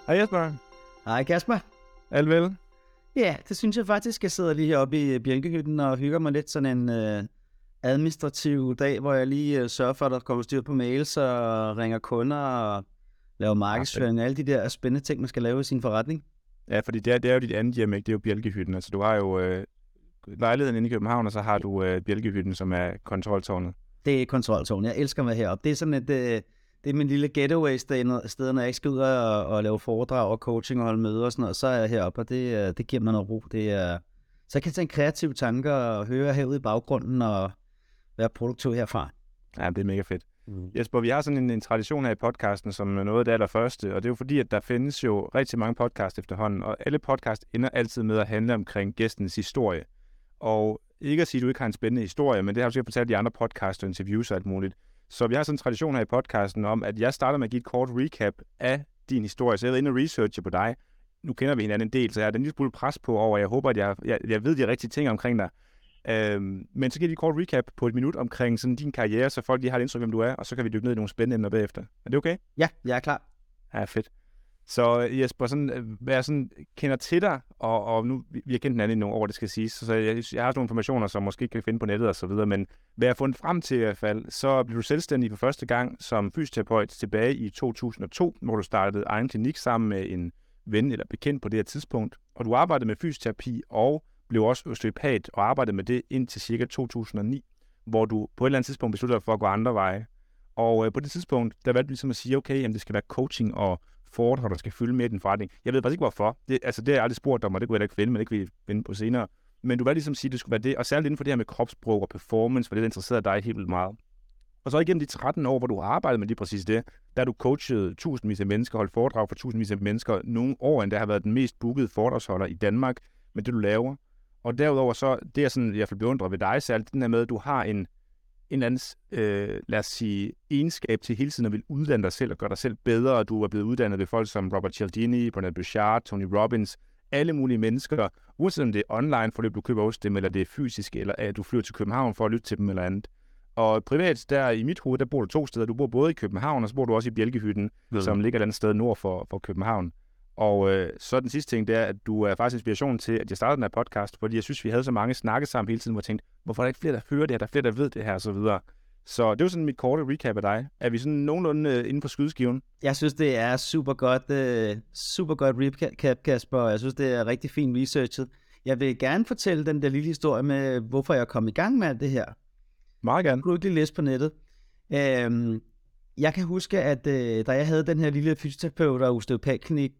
Hej Jesper. Hej Kasper. Alt vel? Ja, det synes jeg faktisk. Jeg sidder lige heroppe i bjælkehytten og hygger mig lidt sådan en administrativ dag, hvor jeg lige sørger for, at der kommer styr på mails og ringer kunder og laver markedsføring og alle de der spændende ting, man skal lave i sin forretning. Ja, fordi det er jo dit andet hjem, ikke? Det er jo bjælkehytten. Altså du har jo lejligheden inde i København, og så har du bjælkehytten, som er kontroltårnet. Det er kontroltårnet. Jeg elsker at være heroppe. Det er sådan det er min lille getaway-sted, når jeg ikke skal ud og lave foredrag og coaching og holde møder og sådan noget. Så er jeg heroppe, og det giver mig noget ro. Så jeg kan tage en kreativ tanke og høre herude i baggrunden og være produktiv herfra. Ja, det er mega fedt. Jesper, vi har sådan en tradition her i podcasten, som er noget af det allerførste, og det er jo fordi, at der findes jo rigtig mange podcasts efterhånden, og alle podcasts ender altid med at handle omkring gæstens historie. Og ikke at sige, at du ikke har en spændende historie, men det har du sikkert fortalt i andre podcasts og interviews og alt muligt. Så vi har sådan en tradition her i podcasten om, at jeg starter med at give et kort recap af din historie. Så jeg er inde og researche på dig. Nu kender vi hinanden en del, så jeg har den lille smule pres på over. Jeg håber, at jeg ved de rigtige ting omkring dig. Men så giver vi et kort recap på et minut omkring sådan din karriere, så folk lige har et indtryk, hvem du er, og så kan vi dykke ned i nogle spændende emner bagefter. Er det okay? Ja, jeg er klar. Ja, fedt. Så Jesper, hvad jeg sådan kender til dig, og nu vi har kendt hinanden i nogle år, det skal siges, så jeg har haft nogle informationer, som måske ikke kan finde på nettet og så videre, men hvad jeg har fundet frem til i hvert fald, så blev du selvstændig for første gang som fysioterapeut tilbage i 2002, hvor du startede egen klinik sammen med en ven eller bekendt på det her tidspunkt, og du arbejdede med fysioterapi og blev også osteopat og arbejdede med det indtil cirka 2009, hvor du på et eller andet tidspunkt besluttede dig for at gå andre veje. Og på det tidspunkt, der valgte du ligesom at sige, okay, jamen, det skal være coaching og foredrag, der skal fylde med i den forretning. Jeg ved faktisk ikke hvorfor. Det har jeg aldrig spurgt om, og det kunne jeg da ikke finde, men det kan vi finde på senere. Men du valgte ligesom at sige, at det skulle være det, og særligt inden for det her med kropssprog og performance, for det interesserede dig helt vildt meget. Og så igennem de 13 år, hvor du har arbejdet med lige præcis det, der du coachet tusindvis af mennesker, holdt foredrag for tusindvis af mennesker, nogle år endda har været den mest bookede foredragsholder i Danmark med det, du laver. Og derudover så, det er sådan, jeg beundrer ved dig særligt, den her med, at du har en eller anden, lad os sige, egenskab til hele tiden at vil uddanne dig selv og gøre dig selv bedre, og du er blevet uddannet ved folk som Robert Cialdini, Brendon Burchard, Tony Robbins, alle mulige mennesker, uanset om det er online forløb, du køber hos dem, eller det er fysisk, eller at du flyver til København for at lytte til dem eller andet. Og privat, der i mit hoved, der bor du 2 steder. Du bor både i København, og så bor du også i Bjælkehytten, som ligger et andet sted nord for København. Og så den sidste ting, det er, at du er faktisk inspiration til, at jeg startede den her podcast, fordi jeg synes, vi havde så mange snakke sammen hele tiden, hvor jeg tænkte, hvorfor er der ikke flere, der hører det her, der er flere, der ved det her, og så videre. Så det var sådan mit korte recap af dig. Er vi sådan nogenlunde inden for skydeskiven? Jeg synes, det er super godt recap, Kasper. Jeg synes, det er rigtig fint researchet. Jeg vil gerne fortælle den der lille historie med, hvorfor jeg kom i gang med alt det her. Meget gerne. Du kan lige læse på nettet. Jeg kan huske, at da jeg havde den her lille fysioterapeut- og osteopatklinik,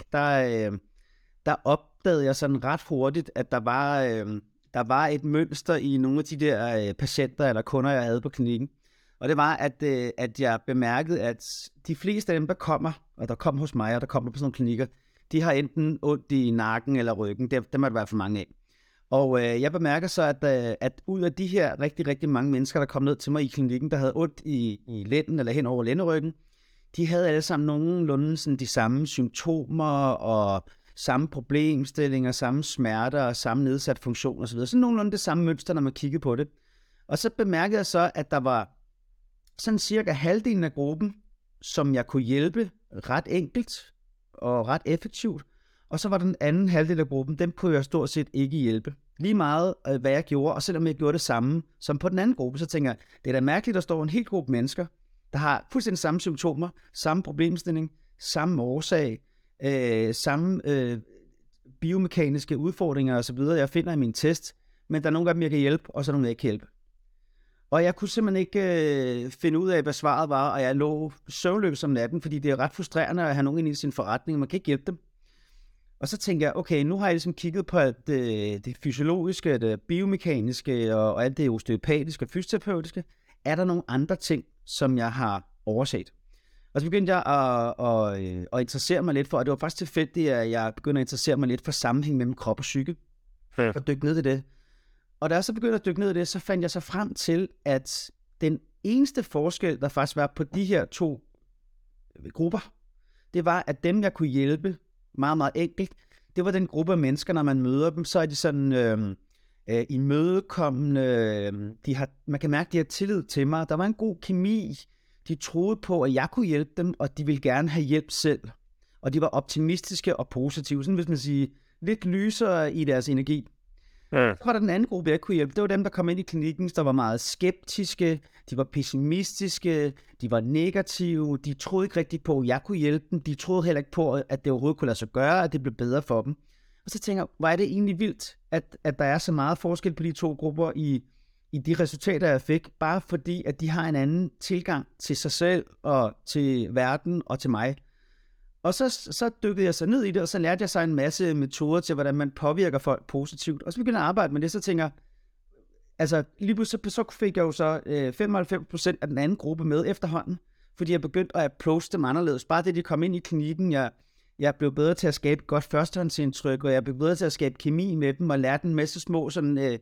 der opdagede jeg sådan ret hurtigt, at der var et mønster i nogle af de der patienter eller kunder, jeg havde på klinikken. Og det var, at jeg bemærkede, at de fleste af dem, der kom hos mig, og der kommer på sådan nogle klinikker, de har enten ondt i nakken eller ryggen. Dem er der i hvert fald mange af. Og jeg bemærker så, at ud af de her rigtig, rigtig mange mennesker, der kom ned til mig i klinikken, der havde ondt i lænden eller hen over lænderyggen, de havde alle sammen nogenlunde sådan de samme symptomer og samme problemstillinger, samme smerter og samme nedsat funktion osv. Så nogenlunde det samme mønster, når man kiggede på det. Og så bemærkede jeg så, at der var sådan cirka halvdelen af gruppen, som jeg kunne hjælpe ret enkelt og ret effektivt. Og så var den anden halvdel af gruppen, dem kunne jeg stort set ikke hjælpe. Lige meget, hvad jeg gjorde, og selvom jeg gjorde det samme som på den anden gruppe, så tænker jeg, det er da mærkeligt, at der står en hel gruppe mennesker, der har fuldstændig samme symptomer, samme problemstilling, samme årsag, samme biomekaniske udfordringer osv., jeg finder i min test, men der er nogle af dem, jeg kan hjælpe, og så er nogle, jeg ikke kan hjælpe. Og jeg kunne simpelthen ikke finde ud af, hvad svaret var, og jeg lå søvnløs om natten, fordi det er ret frustrerende at have nogen ind i sin forretning, og man kan ikke hjælpe dem. Og så tænker jeg, okay, nu har jeg ligesom kigget på alt det fysiologiske, det biomekaniske og alt det osteopatiske og fysioterapeutiske. Er der nogle andre ting, som jeg har overset? Og så begyndte jeg at interessere mig lidt for, og det var faktisk tilfældigt, at jeg begyndte at interessere mig lidt for sammenhæng mellem krop og psyke. Og dykke ned i det. Og da jeg så begyndte at dykke ned i det, så fandt jeg så frem til, at den eneste forskel, der faktisk var på de her 2 grupper, det var, at dem, jeg kunne hjælpe meget, meget enkelt, det var den gruppe af mennesker, når man møder dem, så er de sådan imødekommende, man kan mærke, at de har tillid til mig. Der var en god kemi. De troede på, at jeg kunne hjælpe dem, og de ville gerne have hjælp selv. og de var optimistiske og positive, sådan hvis man siger, lidt lysere i deres energi. Så var der den anden gruppe, jeg kunne hjælpe. Det var dem, der kom ind i klinikken, der var meget skeptiske, de var pessimistiske, de var negative, de troede ikke rigtigt på, at jeg kunne hjælpe dem, de troede heller ikke på, at det overhovedet kunne lade sig gøre, at det blev bedre for dem. Og så tænker jeg, hvor er det egentlig vildt, at der er så meget forskel på de to grupper i de resultater, jeg fik, bare fordi, at de har en anden tilgang til sig selv og til verden og til mig. Og så dykkede jeg så ned i det, og så lærte jeg så en masse metoder til, hvordan man påvirker folk positivt. Og så begyndte jeg at arbejde med det, så tænker jeg, altså lige pludselig så fik jeg jo så 95% af den anden gruppe med efterhånden, fordi jeg begyndte at approach dem anderledes. Bare det, de kom ind i klinikken, jeg blev bedre til at skabe godt førstehåndsindtryk, og jeg blev bedre til at skabe kemi med dem, og lærte en masse små sådan,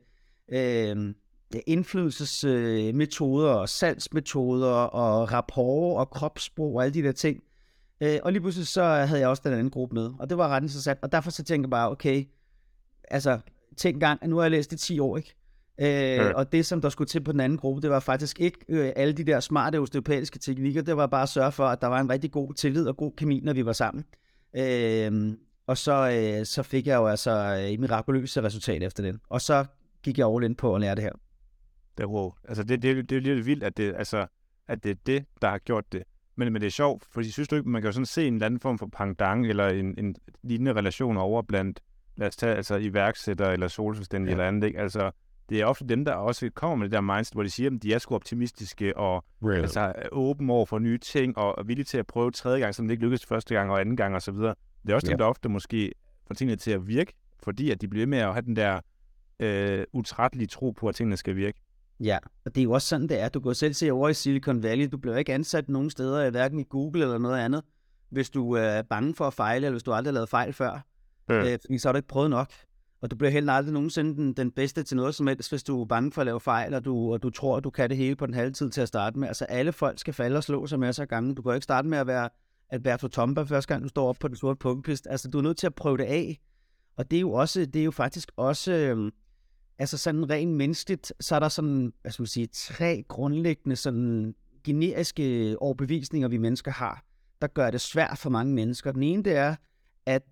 indflydelsesmetoder, og salgsmetoder, og rapport, og kropssprog, og alle de der ting. Og lige pludselig så havde jeg også den anden gruppe med, og det var ret interessant, og derfor så tænkte jeg bare, okay, altså tænk engang, at nu har jeg læst det 10 år, ikke? Og det, som der skulle til på den anden gruppe, det var faktisk ikke alle de der smarte osteopatiske teknikker, det var bare at sørge for, at der var en rigtig god tillid og god kemi, når vi var sammen. Og så fik jeg jo altså et mirakuløse resultat efter den, og så gik jeg all in på at lære det her. Det er wow. Altså det er lidt vildt, at det er det, der har gjort det. Men det er sjovt, fordi synes du ikke, man kan jo sådan se en eller anden form for pendant, eller en lignende relation over blandt, lad os tage, altså iværksætter, eller solselvstændige, eller andet, ikke? Altså, det er ofte dem, der også kommer med det der mindset, hvor de siger, at de er sgu optimistiske, og altså, åben over for nye ting, og villige til at prøve tredje gang, som det ikke lykkedes første gang, og anden gang, og så videre. Det er også dem, der ofte måske får tingene til at virke, fordi at de bliver med at have den der utrættelige tro på, at tingene skal virke. Ja, og det er jo også sådan, det er. Du kan selv se over i Silicon Valley, du bliver ikke ansat nogen steder, hverken i Google eller noget andet, hvis du er bange for at fejle, eller hvis du aldrig har lavet fejl før. Fordi så har du ikke prøvet nok. Og du bliver heller aldrig nogensinde den bedste til noget som helst, hvis du er bange for at lave fejl, og du tror, at du kan det hele på den halve tid til at starte med. Altså alle folk skal falde og slå sig masser af gange. Du kan ikke starte med at være Alberto Tomba første gang, du står op på den sorte punkepist. Altså du er nødt til at prøve det af. Og det er jo faktisk også... Altså sådan rent menneskeligt, så er der sådan, hvad skal man sige, 3 grundlæggende sådan generiske overbevisninger, vi mennesker har, der gør det svært for mange mennesker. Den ene, det er, at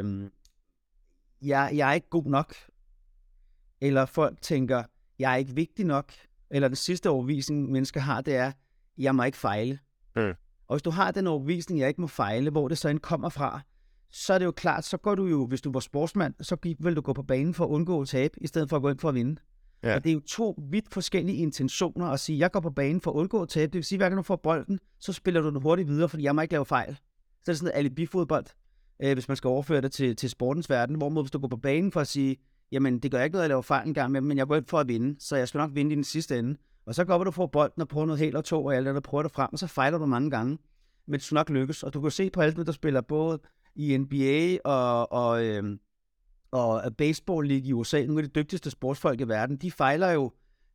jeg er ikke god nok, eller folk tænker, jeg er ikke vigtig nok, eller den sidste overbevisning, mennesker har, det er, jeg må ikke fejle. Og hvis du har den overbevisning, jeg ikke må fejle, hvor det så end kommer fra, så er det jo klart, så går du jo, hvis du var sportsmand, så vil du gå på banen for at undgå at tabe, i stedet for at gå ind for at vinde. Ja. Og det er jo 2 vidt forskellige intentioner at sige, jeg går på banen for at undgå at tabe. Det vil sige, hver gang du får bolden, så spiller du den hurtigt videre, fordi jeg må ikke lave fejl. Så er det sådan noget alibi-fodbold, hvis man skal overføre det til sportens verden, hvorimod hvis du går på banen for at sige, jamen det gør ikke noget at lave fejl en gang med, men jeg går ind for at vinde, så jeg skal nok vinde i den sidste ende. Og så går du får bolden og prøver noget helt og 2, og alle der prøver det frem, og så fejler du mange gange, men det skal nok lykkes. Og du kan se på alle, der spiller både i NBA og baseball league i USA, nogle af de dygtigste sportsfolk i verden, de fejler jo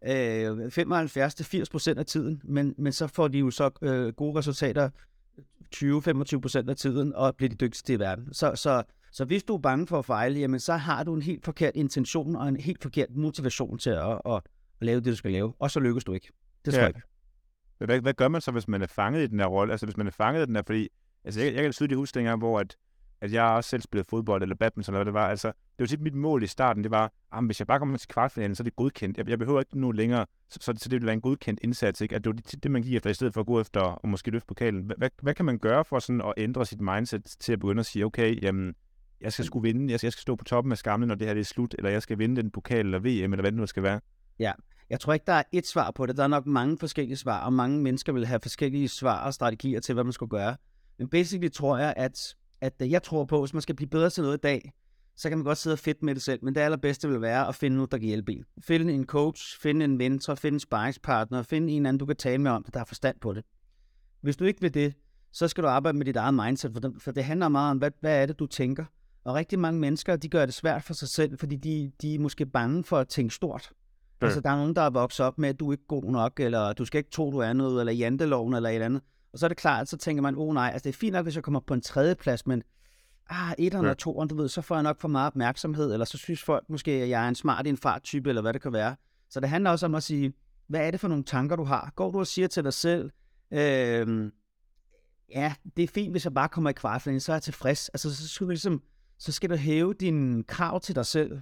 75-80% af tiden, men så får de jo så gode resultater 20-25% af tiden, og bliver de dygtigste i verden. Så hvis du er bange for at fejle, jamen så har du en helt forkert intention og en helt forkert motivation til at lave det, du skal lave, og så lykkes du ikke. Det tror jeg ikke. Hvad gør man så, hvis man er fanget i den her rolle? Altså hvis man er fanget i den her, fordi altså, jeg kan tydeligt huske dengang, hvor at jeg også selv spillede fodbold eller badminton, eller hvad det var. Altså, det var tit mit mål i starten, det var, hvis jeg bare kommer til kvartfinalen, så er det godkendt. Jeg behøver ikke nu længere, så det vil være en godkendt indsats, ikke? At det var det, man gik efter, i stedet for at gå efter og måske løfte pokalen. Hvad kan man gøre for sådan at ændre sit mindset til at begynde at sige, okay, jamen, jeg skal sgu vinde, jeg skal stå på toppen af skamlen, når det her det er slut, eller jeg skal vinde den pokal eller VM, eller hvad det nu skal være? Ja, jeg tror ikke, der er et svar på det. Der er nok mange forskellige svar, og mange mennesker vil have forskellige svar og strategier til, hvad man skal gøre. Men basically tror jeg, at jeg tror på, at hvis man skal blive bedre til noget i dag, så kan man godt sidde og fedt med det selv, men det allerbedste vil være at finde noget, der kan hjælpe en. Finde en coach, finde en mentor, finde en sparringspartner, finde en anden, du kan tale med om det, der har forstand på det. Hvis du ikke vil det, så skal du arbejde med dit eget mindset, for det handler meget om, hvad er det, du tænker. Og rigtig mange mennesker, de gør det svært for sig selv, fordi de er måske bange for at tænke stort. Ja. Altså, der er nogen, der er vokset op med, at du er ikke god nok, eller du skal ikke tro, du er noget, eller janteloven, eller et andet. Og så er det klart, så tænker man, nej, altså det er fint nok, hvis jeg kommer på en 3. plads, men 1'eren og 2'eren, du ved, så får jeg nok for meget opmærksomhed, eller så synes folk måske, at jeg er en smart infarttype, eller hvad det kan være. Så det handler også om at sige, hvad er det for nogle tanker, du har? Går du og siger til dig selv, ja, det er fint, hvis jeg bare kommer i kvartfinalen, så er jeg tilfreds. Altså, så skal du hæve dine krav til dig selv.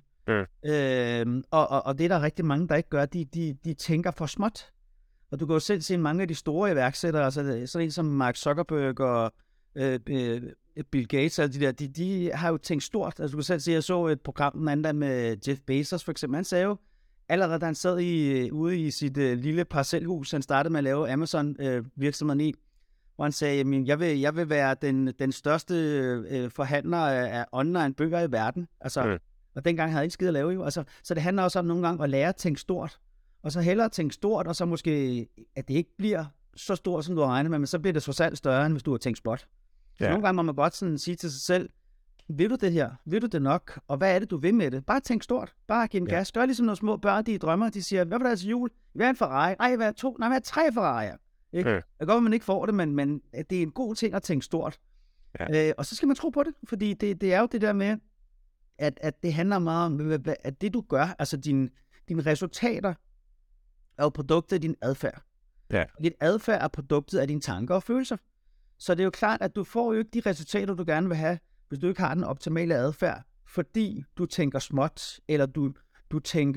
Og det er der rigtig mange, der ikke gør. De tænker for småt. Og du kan jo selv se mange af de store iværksættere, altså sådan en som Mark Zuckerberg og Bill Gates, altså de har jo tænkt stort. Altså du kan selv se, jeg så et program den anden dag med Jeff Bezos for eksempel. Han sagde jo, allerede da han sad ude i sit lille parcelhus, han startede med at lave Amazon-virksomheden i, hvor han sagde, jamen, jeg vil være den største forhandler af online bøger i verden. Altså, og dengang havde jeg ikke skid at lave jo. Altså, så det handler også om nogle gange at lære at tænke stort. Og så hellere tænke stort, og så måske, at det ikke bliver så stort, som du har regnet med, men så bliver det trods alt større, end hvis du har tænkt småt. Så nogle gange må man godt sådan sige til sig selv, vil du det her? Vil du det nok? Og hvad er det, du vil med det? Bare tænk stort. Bare giv en gas. Gør ligesom nogle små børn, de drømmer. De siger, hvad var det til jul? Hvad er en Ferrari? Nej, hvad er 2? Nej, hvad er 3 Ferrari'er? Ikke? Det kan godt, at man ikke får det, men det er en god ting at tænke stort. Ja. Og så skal man tro på det, fordi det er jo det der med, at det handler meget om, at det du gør, altså dine resultater, er jo produktet af din adfærd. Ja. Dit adfærd er produktet af dine tanker og følelser. Så det er jo klart, at du får jo ikke de resultater, du gerne vil have, hvis du ikke har den optimale adfærd, fordi du tænker småt, eller du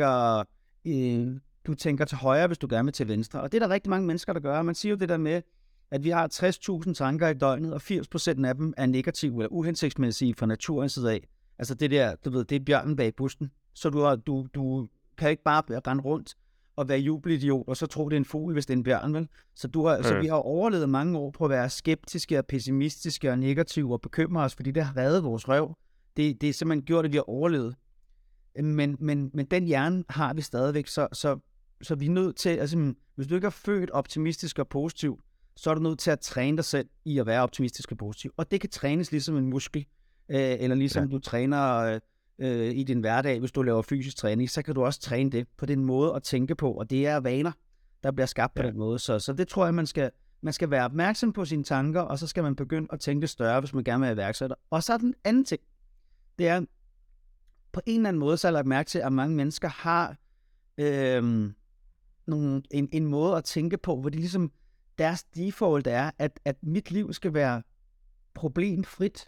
tænker til højre, hvis du gerne vil til venstre. Og det er der rigtig mange mennesker, der gør. Man siger jo det der med, at vi har 60.000 tanker i døgnet, og 80% af dem er negative eller uhensigtsmæssige fra naturens side af. Altså det der, du ved, det er bjørnen bag busken. Så du kan ikke bare rende rundt og være jubelidiot, og så tro, det er en fugl, hvis det er en bjørn, vel? Så vi har overlevet mange år på at være skeptiske og pessimistiske og negative og bekymre os, fordi det har reddet vores røv. Det er simpelthen gjort, at vi har overlevet. Men den hjerne har vi stadigvæk, så vi er nødt til, altså hvis du ikke er født optimistisk og positiv, så er du nødt til at træne dig selv i at være optimistisk og positiv. Og det kan trænes ligesom en muskel, eller ligesom du træner i din hverdag, hvis du laver fysisk træning, så kan du også træne det på den måde at tænke på, og det er vaner, der bliver skabt på den måde. Så det tror jeg, man skal være opmærksom på sine tanker, og så skal man begynde at tænke større, hvis man gerne vil være iværksætter. Og så er den anden ting, det er, på en eller anden måde, så har jeg lagt mærke til, at mange mennesker har en måde at tænke på, hvor de ligesom, deres default er, at mit liv skal være problemfrit,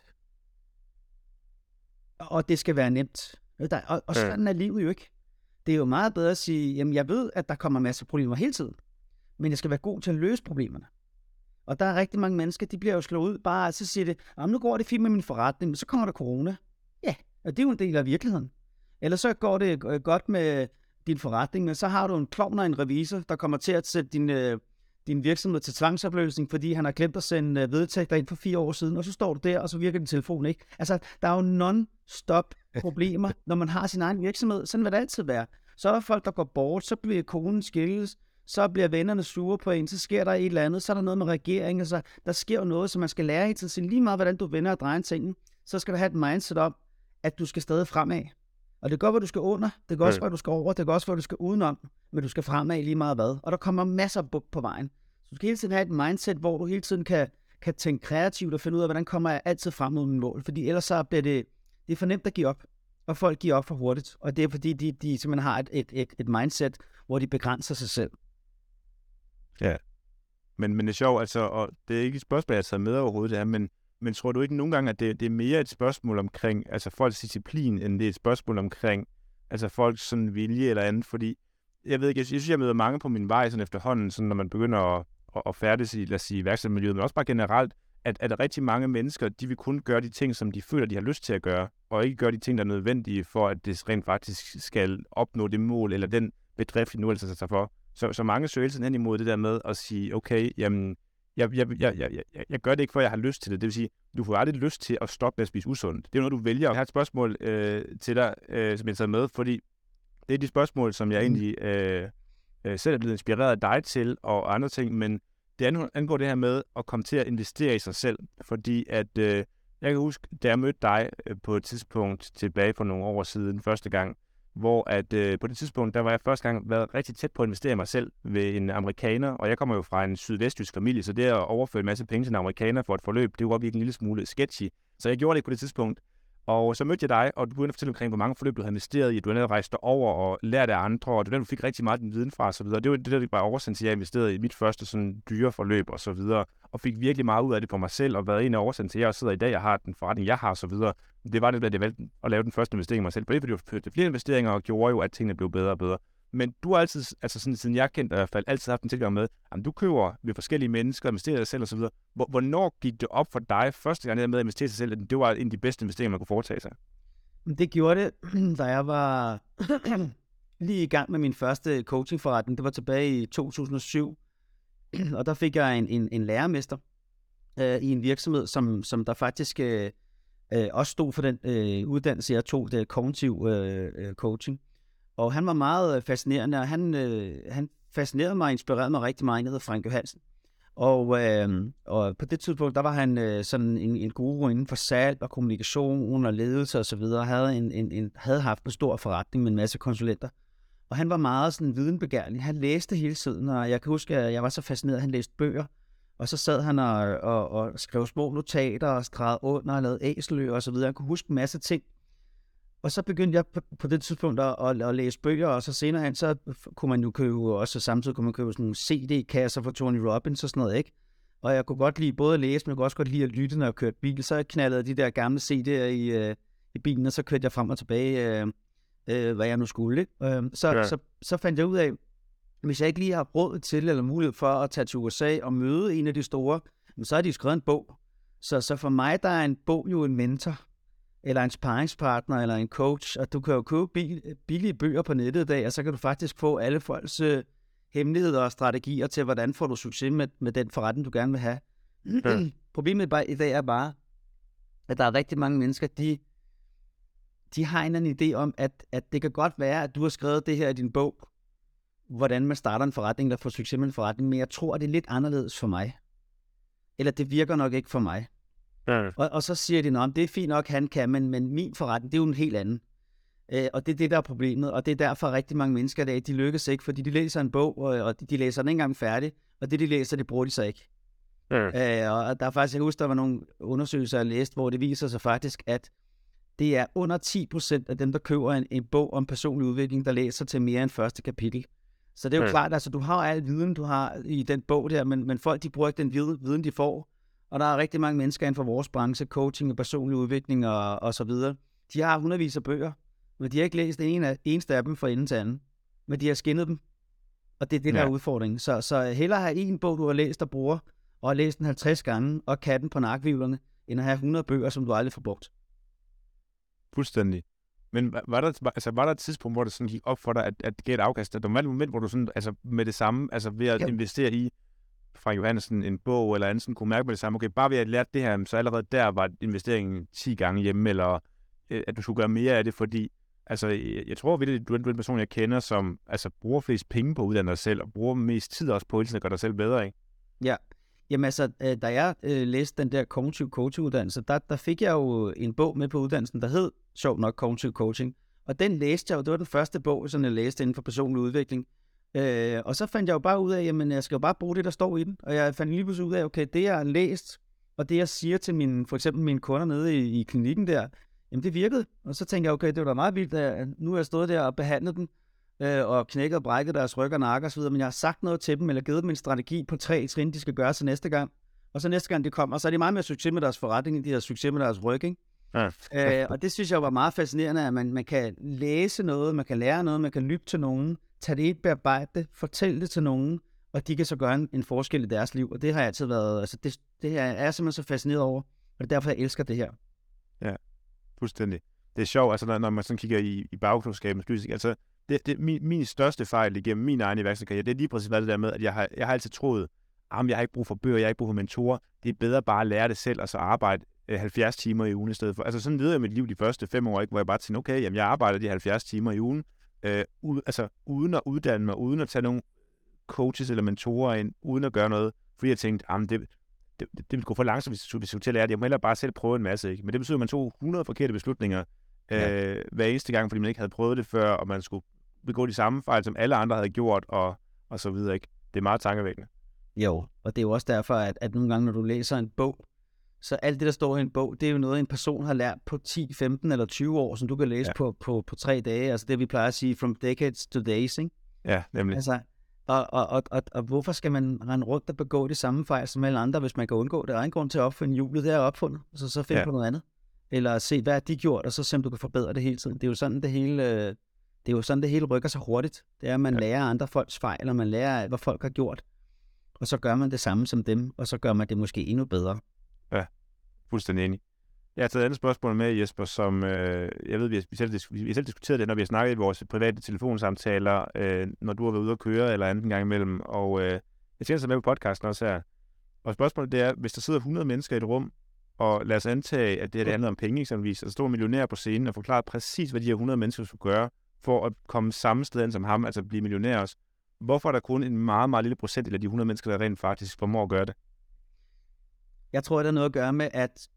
og det skal være nemt. Og sådan er livet jo ikke. Det er jo meget bedre at sige, jamen jeg ved, at der kommer masser af problemer hele tiden, men jeg skal være god til at løse problemerne. Og der er rigtig mange mennesker, de bliver jo slået ud, bare så siger det, nu går det fint med min forretning, men så kommer der corona. Ja, og det er jo en del af virkeligheden. Eller så går det godt med din forretning, men så har du en klovn og en revisor, der kommer til at sætte din virksomhed til tvangsopløsning, fordi han har glemt at sende vedtægter ind for 4 år siden, og så står du der, og så virker din telefon ikke. Altså, der er jo non-stop problemer, når man har sin egen virksomhed. Sådan vil det altid være. Så er der folk, der går bort, så bliver konen skilles, så bliver vennerne sure på en, så sker der et eller andet, så er der noget med regeringen, altså, der sker jo noget, som man skal lære i tiden. Lige meget, hvordan du vender og drejer tingene, så skal du have et mindset om, at du skal stadig fremad. Og det kan godt være, du skal under, det kan også være, du skal over, det kan også være, du skal udenom, men du skal fremad lige meget hvad. Og der kommer masser af buk på vejen. Så du skal hele tiden have et mindset, hvor du hele tiden kan tænke kreativt og finde ud af, hvordan kommer jeg altid frem mod min mål. Fordi ellers så bliver det er for nemt at give op, og folk giver op for hurtigt. Og det er fordi, de simpelthen har et mindset, hvor de begrænser sig selv. Ja, men det er sjovt, altså, og det er ikke et spørgsmål, jeg har taget med overhovedet, det her, men tror du ikke nogle gange, at det er mere et spørgsmål omkring altså folks disciplin, end det er et spørgsmål omkring altså folks sådan vilje eller andet? Fordi jeg ved ikke, jeg synes, jeg møder mange på min vej sådan efterhånden, sådan når man begynder at færdes i, lad os sige, iværksættermiljøet, men også bare generelt, at rigtig mange mennesker, de vil kun gøre de ting, som de føler, de har lyst til at gøre, og ikke gøre de ting, der er nødvendige for, at det rent faktisk skal opnå det mål, eller den bedrift, de nu altså sig for. Så mange søger hen imod det der med at sige, okay, jamen, jeg gør det ikke, for jeg har lyst til det. Det vil sige, du får aldrig lyst til at stoppe med at spise usundt. Det er jo noget, du vælger. Jeg har et spørgsmål til dig, som jeg tager med, fordi det er de spørgsmål, som jeg egentlig selv er blevet inspireret af dig til, og andre ting, men det angår det her med at komme til at investere i sig selv, fordi at jeg kan huske, da jeg mødte dig på et tidspunkt tilbage for nogle år siden, første gang, hvor at på det tidspunkt, der var jeg første gang været rigtig tæt på at investere i mig selv ved en amerikaner, og jeg kommer jo fra en sydvestjysk familie, så det at overføre en masse penge til en amerikaner for et forløb, det var virkelig en lille smule sketchy. Så jeg gjorde det på det tidspunkt, Og så mødte jeg dig, og du begyndte at fortælle omkring, hvor mange forløb du havde investeret i. Du havde rejst over og lært af andre, og det var den, du fik rigtig meget din viden fra, og så videre. Det var det, der var årsagen til, at jeg investerede i mit første sådan dyre forløb, og så videre. Og fik virkelig meget ud af det for mig selv, og været en af årsagen til, at jeg også sidder i dag, jeg har den forretning, jeg har, og så videre. Det var det, at jeg valgte at lave den første investering i mig selv. For det førte flere investeringer, og gjorde jo, at tingene blev bedre og bedre. Men du har altid, altså sådan, siden jeg kendte dig i hvert fald, altid haft en tilgang med, at du køber ved forskellige mennesker, investerer dig selv og så videre. Hvornår gik det op for dig første gang med at investere sig selv, at det var en af de bedste investeringer, man kunne foretage sig? Det gjorde det, da jeg var lige i gang med min første coachingforretning. Det var tilbage i 2007, og der fik jeg en lærermester i en virksomhed, som der faktisk også stod for den uddannelse, jeg tog, det kognitiv coaching. Og han var meget fascinerende, og han fascinerede mig og inspirerede mig rigtig meget. Han hedder Frank Johansen. Og på det tidspunkt, der var han sådan en guru inden for salg og kommunikation og ledelse og så videre. Havde haft en stor forretning med en masse konsulenter. Og han var meget sådan videnbegærlig. Han læste hele tiden, og jeg kan huske, at jeg var så fascineret, at han læste bøger. Og så sad han og skrev små notater og stregede under og lavede æseløer og så videre. Han kunne huske en masse ting. Og så begyndte jeg på det tidspunkt at læse bøger, og så senere hen, så kunne man jo købe, også samtidig kunne man købe sådan nogle CD-kasser fra Tony Robbins og sådan noget, ikke? Og jeg kunne godt lide både at læse, men jeg kunne også godt lide at lytte, når jeg kørte bil. Så knaldede de der gamle CD'er i bilen, og så kørte jeg frem og tilbage, hvad jeg nu skulle, ikke? Så fandt jeg ud af, hvis jeg ikke lige har råd til eller mulighed for at tage til USA og møde en af de store, så har de skrevet en bog. Så for mig, der er en bog jo en mentor, eller en sparringspartner, eller en coach, og du kan jo købe billige bøger på nettet i dag, og så kan du faktisk få alle folks hemmeligheder og strategier til, hvordan får du succes med den forretning, du gerne vil have. Problemet i dag er bare, at der er rigtig mange mennesker, de har en eller anden idé om, at det kan godt være, at du har skrevet det her i din bog, hvordan man starter en forretning, eller får succes med en forretning, men jeg tror, at det er lidt anderledes for mig. Eller det virker nok ikke for mig. Og så siger de, at det er fint nok, han kan, men min forretning, det er jo en helt anden. Og det er det, der er problemet, og det er derfor rigtig mange mennesker i dag, de lykkes ikke, fordi de læser en bog, og de læser den ikke engang færdig, og det, de læser, det bruger de så ikke. Og der er faktisk, jeg husker, der var nogle undersøgelser, jeg læste, hvor det viser sig faktisk, at det er under 10% af dem, der køber en bog om personlig udvikling, der læser til mere end første kapitel. Så det er jo klart, altså du har al viden, du har i den bog der, men folk, de bruger ikke den viden, de får. Og der er rigtig mange mennesker inden for vores branche, coaching og personlig udvikling og så videre. De har hundredvis af bøger, men de har ikke læst en eneste af dem fra ende til anden. Men de har skinnet dem, og det er det, der er udfordringen. Så hellere have en bog, du har læst og bruger, og har læst den 50 gange, og katten på nakvivlerne, end at have 100 bøger, som du aldrig får brugt. Fuldstændig. Men var der et tidspunkt, hvor det sådan gik op for dig, at det gav et afkast? Der var et moment, hvor du sådan, altså med det samme, altså ved at investere i fra Johansen en bog eller andet, sådan kunne mærke med det samme, okay, bare ved at lære det her, så allerede der var investeringen 10 gange hjemme, eller at du skulle gøre mere af det, fordi altså, jeg tror virkelig, du er en person, jeg kender, som altså bruger flest penge på at uddanne dig selv, og bruger mest tid også på at gøre dig selv bedre, ikke? Ja, jamen altså, da jeg læste den der kognitiv coaching-uddannelse, der fik jeg jo en bog med på uddannelsen, der hed, sjovt nok, Kognitiv Coaching, og den læste jeg jo, det var den første bog, som jeg læste inden for personlig udvikling. Og så fandt jeg jo bare ud af, jamen jeg skal jo bare bruge det, der står i den. Og jeg fandt lige pludselig ud af, okay, det jeg har læst, og det jeg siger til for eksempel mine kunder nede i klinikken der, jamen det virkede. Og så tænkte jeg, okay, det var da meget vildt, at nu har jeg stået der og behandlet dem, og knækket og brækket deres ryg og nakke og så videre, men jeg har sagt noget til dem, eller givet dem en strategi på 3 trin, de skal gøre til næste gang. Og så næste gang de kommer, så er de meget mere succes med deres forretning, end de har succes med deres ryg, ikke? Og det synes jeg var meget fascinerende, at man kan læse noget, man kan lære noget, man kan lytte til nogen, tage det et, bearbejde det, fortælle det til nogen, og de kan så gøre en forskel i deres liv. Og det har jeg altid været, altså det er jeg simpelthen så fascineret over, og det er derfor, jeg elsker det her. Ja, fuldstændig. Det er sjovt, altså når man sådan kigger i bagklogskabens lys, altså min største fejl igennem min egen iværksætterkarriere, det er lige præcis det der med, at jeg har altid troet, jeg har ikke brug for bøger, jeg har ikke brug for mentorer, det er bedre bare at lære det selv, og så arbejde 70 timer i ugen i stedet for. Altså sådan levede jeg mit liv de første 5 år, ikke, hvor jeg bare tænkte, okay, jamen jeg arbejder de 70 timer i ugen, uden at uddanne mig, uden at tage nogle coaches eller mentorer ind, uden at gøre noget, fordi jeg tænkte, det ville gå for langsomt, hvis jeg skulle til at lære det. Jeg må hellere bare selv prøve en masse, ikke? Men det betyder, at man tog 100 forkerte beslutninger hver eneste gang, fordi man ikke havde prøvet det før, og man skulle begå de samme fejl, som alle andre havde gjort, og så videre, ikke? Det er meget tankevækkende. Jo, og det er jo også derfor, at nogle gange, når du læser en bog, Så alt det, der står i en bog, det er jo noget, en person har lært på 10, 15 eller 20 år, som du kan læse på 3 dage. Altså det, vi plejer at sige, from decades to days, ikke? Ja, nemlig. Altså, og hvorfor skal man rende rundt og begå det samme fejl som alle andre, hvis man kan undgå det? Der er ingen grund til at opfinde hjulet, det er opfundet, så find på noget andet. Eller se, hvad de gjort, og så se, om du kan forbedre det hele tiden. Det er jo sådan, det hele rykker sig hurtigt. Det er, at man lærer andre folks fejl, og man lærer, hvad folk har gjort. Og så gør man det samme som dem, og så gør man det måske endnu bedre. Ja, fuldstændig enig. Jeg har taget et andet spørgsmål med, Jesper, som jeg ved, vi selv diskuteret det, når vi har snakket i vores private telefonsamtaler, når du har været ude at køre eller anden gang imellem. Og jeg tænker så med på podcasten også her. Og spørgsmålet det er, hvis der sidder 100 mennesker i et rum, og lad os antage, at det handler om penge eksempelvis, og der står millionær på scenen og forklarer præcis, hvad de her 100 mennesker skulle gøre, for at komme samme sted hen som ham, altså blive millionær også. Hvorfor er der kun en meget, meget lille procent af de 100 mennesker, der rent faktisk formår at gøre det? Jeg tror, det har noget at gøre med, at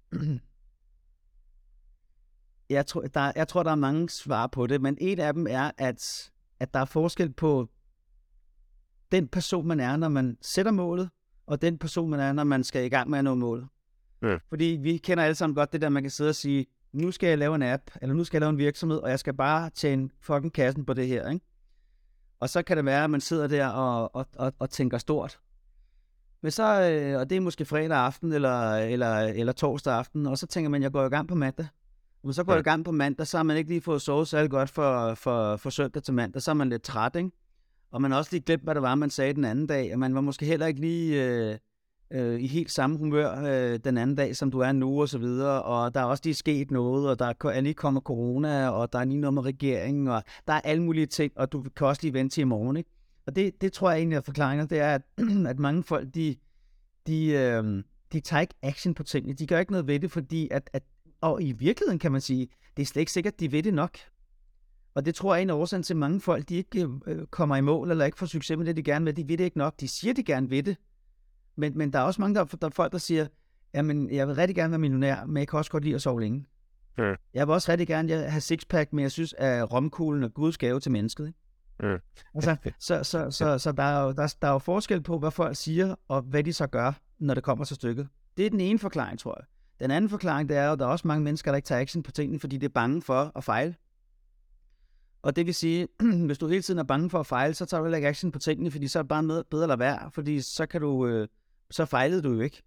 jeg tror, der er mange svar på det, men et af dem er, at der er forskel på den person, man er, når man sætter målet, og den person, man er, når man skal i gang med at nå målet. Ja. Fordi vi kender alle sammen godt det der, man kan sidde og sige, nu skal jeg lave en app, eller nu skal jeg lave en virksomhed, og jeg skal bare tjene fucking kassen på det her, ikke? Og så kan det være, at man sidder der og tænker stort. Men så, og det er måske fredag aften eller torsdag aften, og så tænker man, jeg går i gang på mandag. Og så går jeg i gang på mandag, så har man ikke lige fået sovet særlig godt for søndag til mandag, så er man lidt træt, ikke? Og man har også lige glemt, hvad det var, man sagde den anden dag, og man var måske heller ikke lige i helt samme humør den anden dag, som du er nu, og så videre, og der er også lige sket noget, og der er lige kommet corona, og der er lige noget med regeringen, og der er alle mulige ting, og du kan også lige vente til i morgen, ikke? Og det tror jeg egentlig er forklaringer, det er, at mange folk, de tager ikke action på tingene, de gør ikke noget ved det, fordi og i virkeligheden kan man sige, det er slet ikke sikkert, at de ved det nok. Og det tror jeg er en af årsagen til, mange folk, de ikke kommer i mål, eller ikke får succes med det, de gerne vil. De ved det ikke nok. De siger, de gerne vil det. Men der er også mange der er folk, der siger, jamen, jeg vil rigtig gerne være millionær, men jeg kan også godt lide at sove længe. Ja. Jeg vil også rigtig gerne have sixpack, men jeg synes, at romkuglen er Guds gave til mennesket. Ikke? Ja. Altså, så der er jo forskel på, hvad folk siger, og hvad de så gør, når det kommer til stykket. Det er den ene forklaring, tror jeg. Den anden forklaring, det er, at der er også mange mennesker, der ikke tager action på tingene, fordi de er bange for at fejle. Og det vil sige, hvis du hele tiden er bange for at fejle, så tager du heller ikke action på tingene, fordi så er det bare bedre at lade være, fordi så kan du, så fejlede du jo ikke.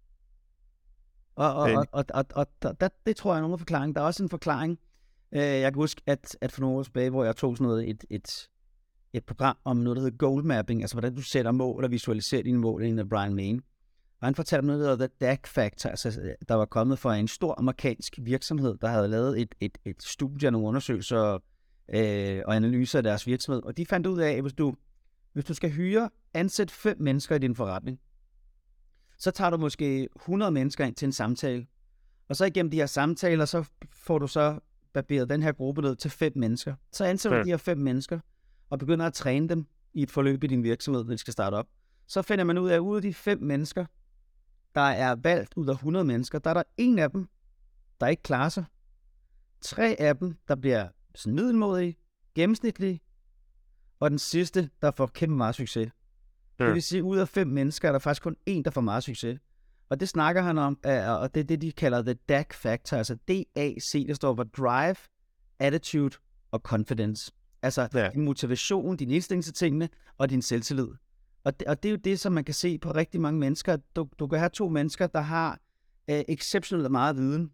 Og det tror jeg er nogle forklaring. Der er også en forklaring. Jeg kan huske, at for nogle år tilbage, hvor jeg tog sådan noget, et program om noget, der hedder goal mapping, altså hvordan du sætter mål og visualiserer dine mål, en af Brian Main. Og han fortalte noget, der hedder The DAG Factor, altså der var kommet fra en stor amerikansk virksomhed, der havde lavet et studie af nogle undersøgelser og analyser af deres virksomhed. Og de fandt ud af, at hvis du skal ansætte 5 mennesker i din forretning, så tager du måske 100 mennesker ind til en samtale. Og så igennem de her samtaler, så får du så barberet den her gruppe ned til 5 mennesker. Så ansætter du de her 5 mennesker, og begynder at træne dem i et forløb i din virksomhed, når de skal starte op. Så finder man ud af, at ud af de 5 mennesker, der er valgt ud af 100 mennesker, der er der 1 af dem, der ikke klarer sig. 3 af dem, der bliver sådan middelmådige, gennemsnitlige, og den sidste, der får kæmpe meget succes. Ja. Det vil sige, at ud af 5 mennesker, er der faktisk kun 1, der får meget succes. Og det snakker han om, og det er det, de kalder the DAG Factor, altså DAC, det står for Drive, Attitude og Confidence. Altså din motivation, din indstilling til tingene, og din selvtillid. Og det er jo det, som man kan se på rigtig mange mennesker. Du kan have 2 mennesker, der har exceptionelt meget viden,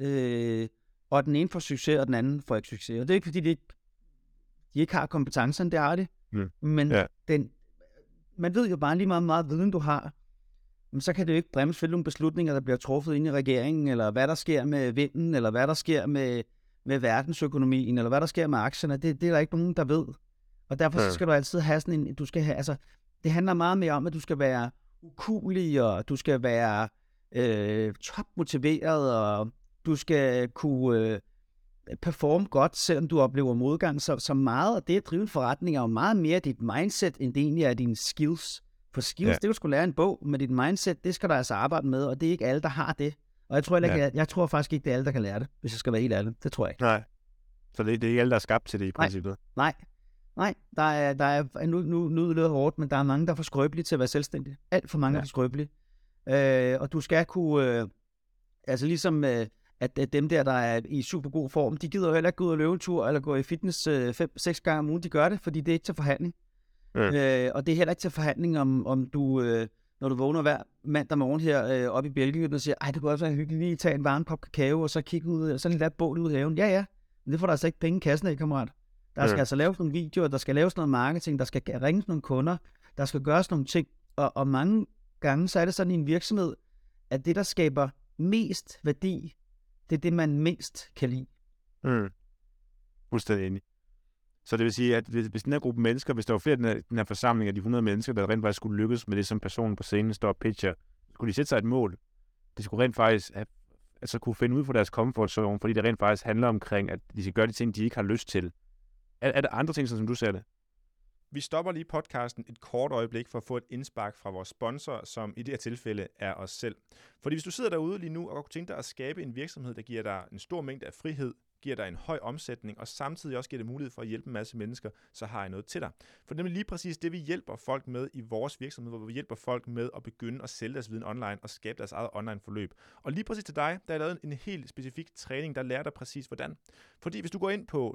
og den ene får succes, og den anden får ikke succes. Og det er ikke, fordi de ikke har kompetencen, det har de. Men man ved jo bare lige meget viden, du har. Men så kan det jo ikke bremse nogle beslutninger, der bliver truffet inde i regeringen, eller hvad der sker med vinden, eller hvad der sker med verdensøkonomien, eller hvad der sker med aktierne. Det er der ikke nogen, der ved. Og derfor så skal du altid have sådan en, det handler meget mere om, at du skal være ukuelig, og du skal være topmotiveret, og du skal kunne performe godt, selvom du oplever modgang. Så meget af det at drive en forretning er jo meget mere dit mindset, end det egentlig er dine skills. For skills, det du skulle lære en bog, med dit mindset, det skal du altså arbejde med, og det er ikke alle, der har det. Og jeg tror faktisk ikke, det er alle, der kan lære det, hvis jeg skal være helt ærlig. Det tror jeg ikke. Nej. Så det er ikke alle, der er skabt til det i princippet? Nej, der er nu lyder det hårdt, men der er mange, der er for skrøbelige til at være selvstændige. Alt for mange er for skrøbelige. Og du skal kunne Altså ligesom, at dem der er i super god form, de gider jo heller ikke gå ud og løbe en tur, eller gå i fitness 5-6 gange om ugen. De gør det, fordi det er ikke til forhandling. Og det er heller ikke til forhandling, om du, når du vågner hver mandag morgen her oppe i Bælgehøjen og siger, ej, det kunne også være hyggeligt lige at tage en varm kop kakao, og så kigge ud, og så lidt bål ud i haven. Ja, men det får der altså ikke penge i kassen af, kammerat. Der skal altså laves nogle videoer, der skal laves noget marketing, der skal ringes nogle kunder, der skal gøres nogle ting. Og mange gange, så er det sådan i en virksomhed, at det, der skaber mest værdi, det er det, man mindst kan lide. Fuldstændig enig. Så det vil sige, at hvis den her gruppe mennesker, hvis der var flere den her forsamling af de 100 mennesker, der rent faktisk skulle lykkes med det, som personen på scenen står og pitcher, skulle de sætte sig et mål. De skulle rent faktisk kunne finde ud for deres comfort zone, fordi det rent faktisk handler omkring, at de skal gøre de ting, de ikke har lyst til. Er der andre ting, som du ser det? Vi stopper lige podcasten et kort øjeblik for at få et indspark fra vores sponsor, som i det her tilfælde er os selv. Fordi hvis du sidder derude lige nu og kunne tænke dig at skabe en virksomhed, der giver dig en stor mængde af frihed, giver dig en høj omsætning, og samtidig også giver dig mulighed for at hjælpe en masse mennesker, så har jeg noget til dig. For det er lige præcis det, vi hjælper folk med i vores virksomhed, hvor vi hjælper folk med at begynde at sælge deres viden online og skabe deres eget online forløb. Og lige præcis til dig, der er lavet en helt specifik træning, der lærer dig præcis hvordan. Fordi hvis du går ind på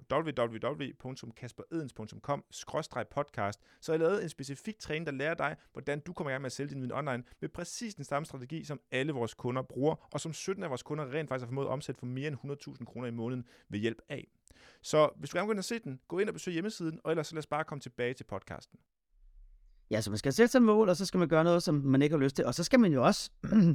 www.kasperedens.com/podcast, så har jeg lavet en specifik træning, der lærer dig, hvordan du kommer i gang med at sælge din viden online med præcis den samme strategi, som alle vores kunder bruger, og som 17 af vores kunder rent faktisk har formået at omsætte for mere end 100.000 kroner i måneden ved hjælp af. Så hvis du gerne vil gå ind og se den, gå ind og besøg hjemmesiden, og ellers så lad os bare komme tilbage til podcasten. Ja, så man skal sætte sig mål, og så skal man gøre noget, som man ikke har lyst til. Og så skal man jo også...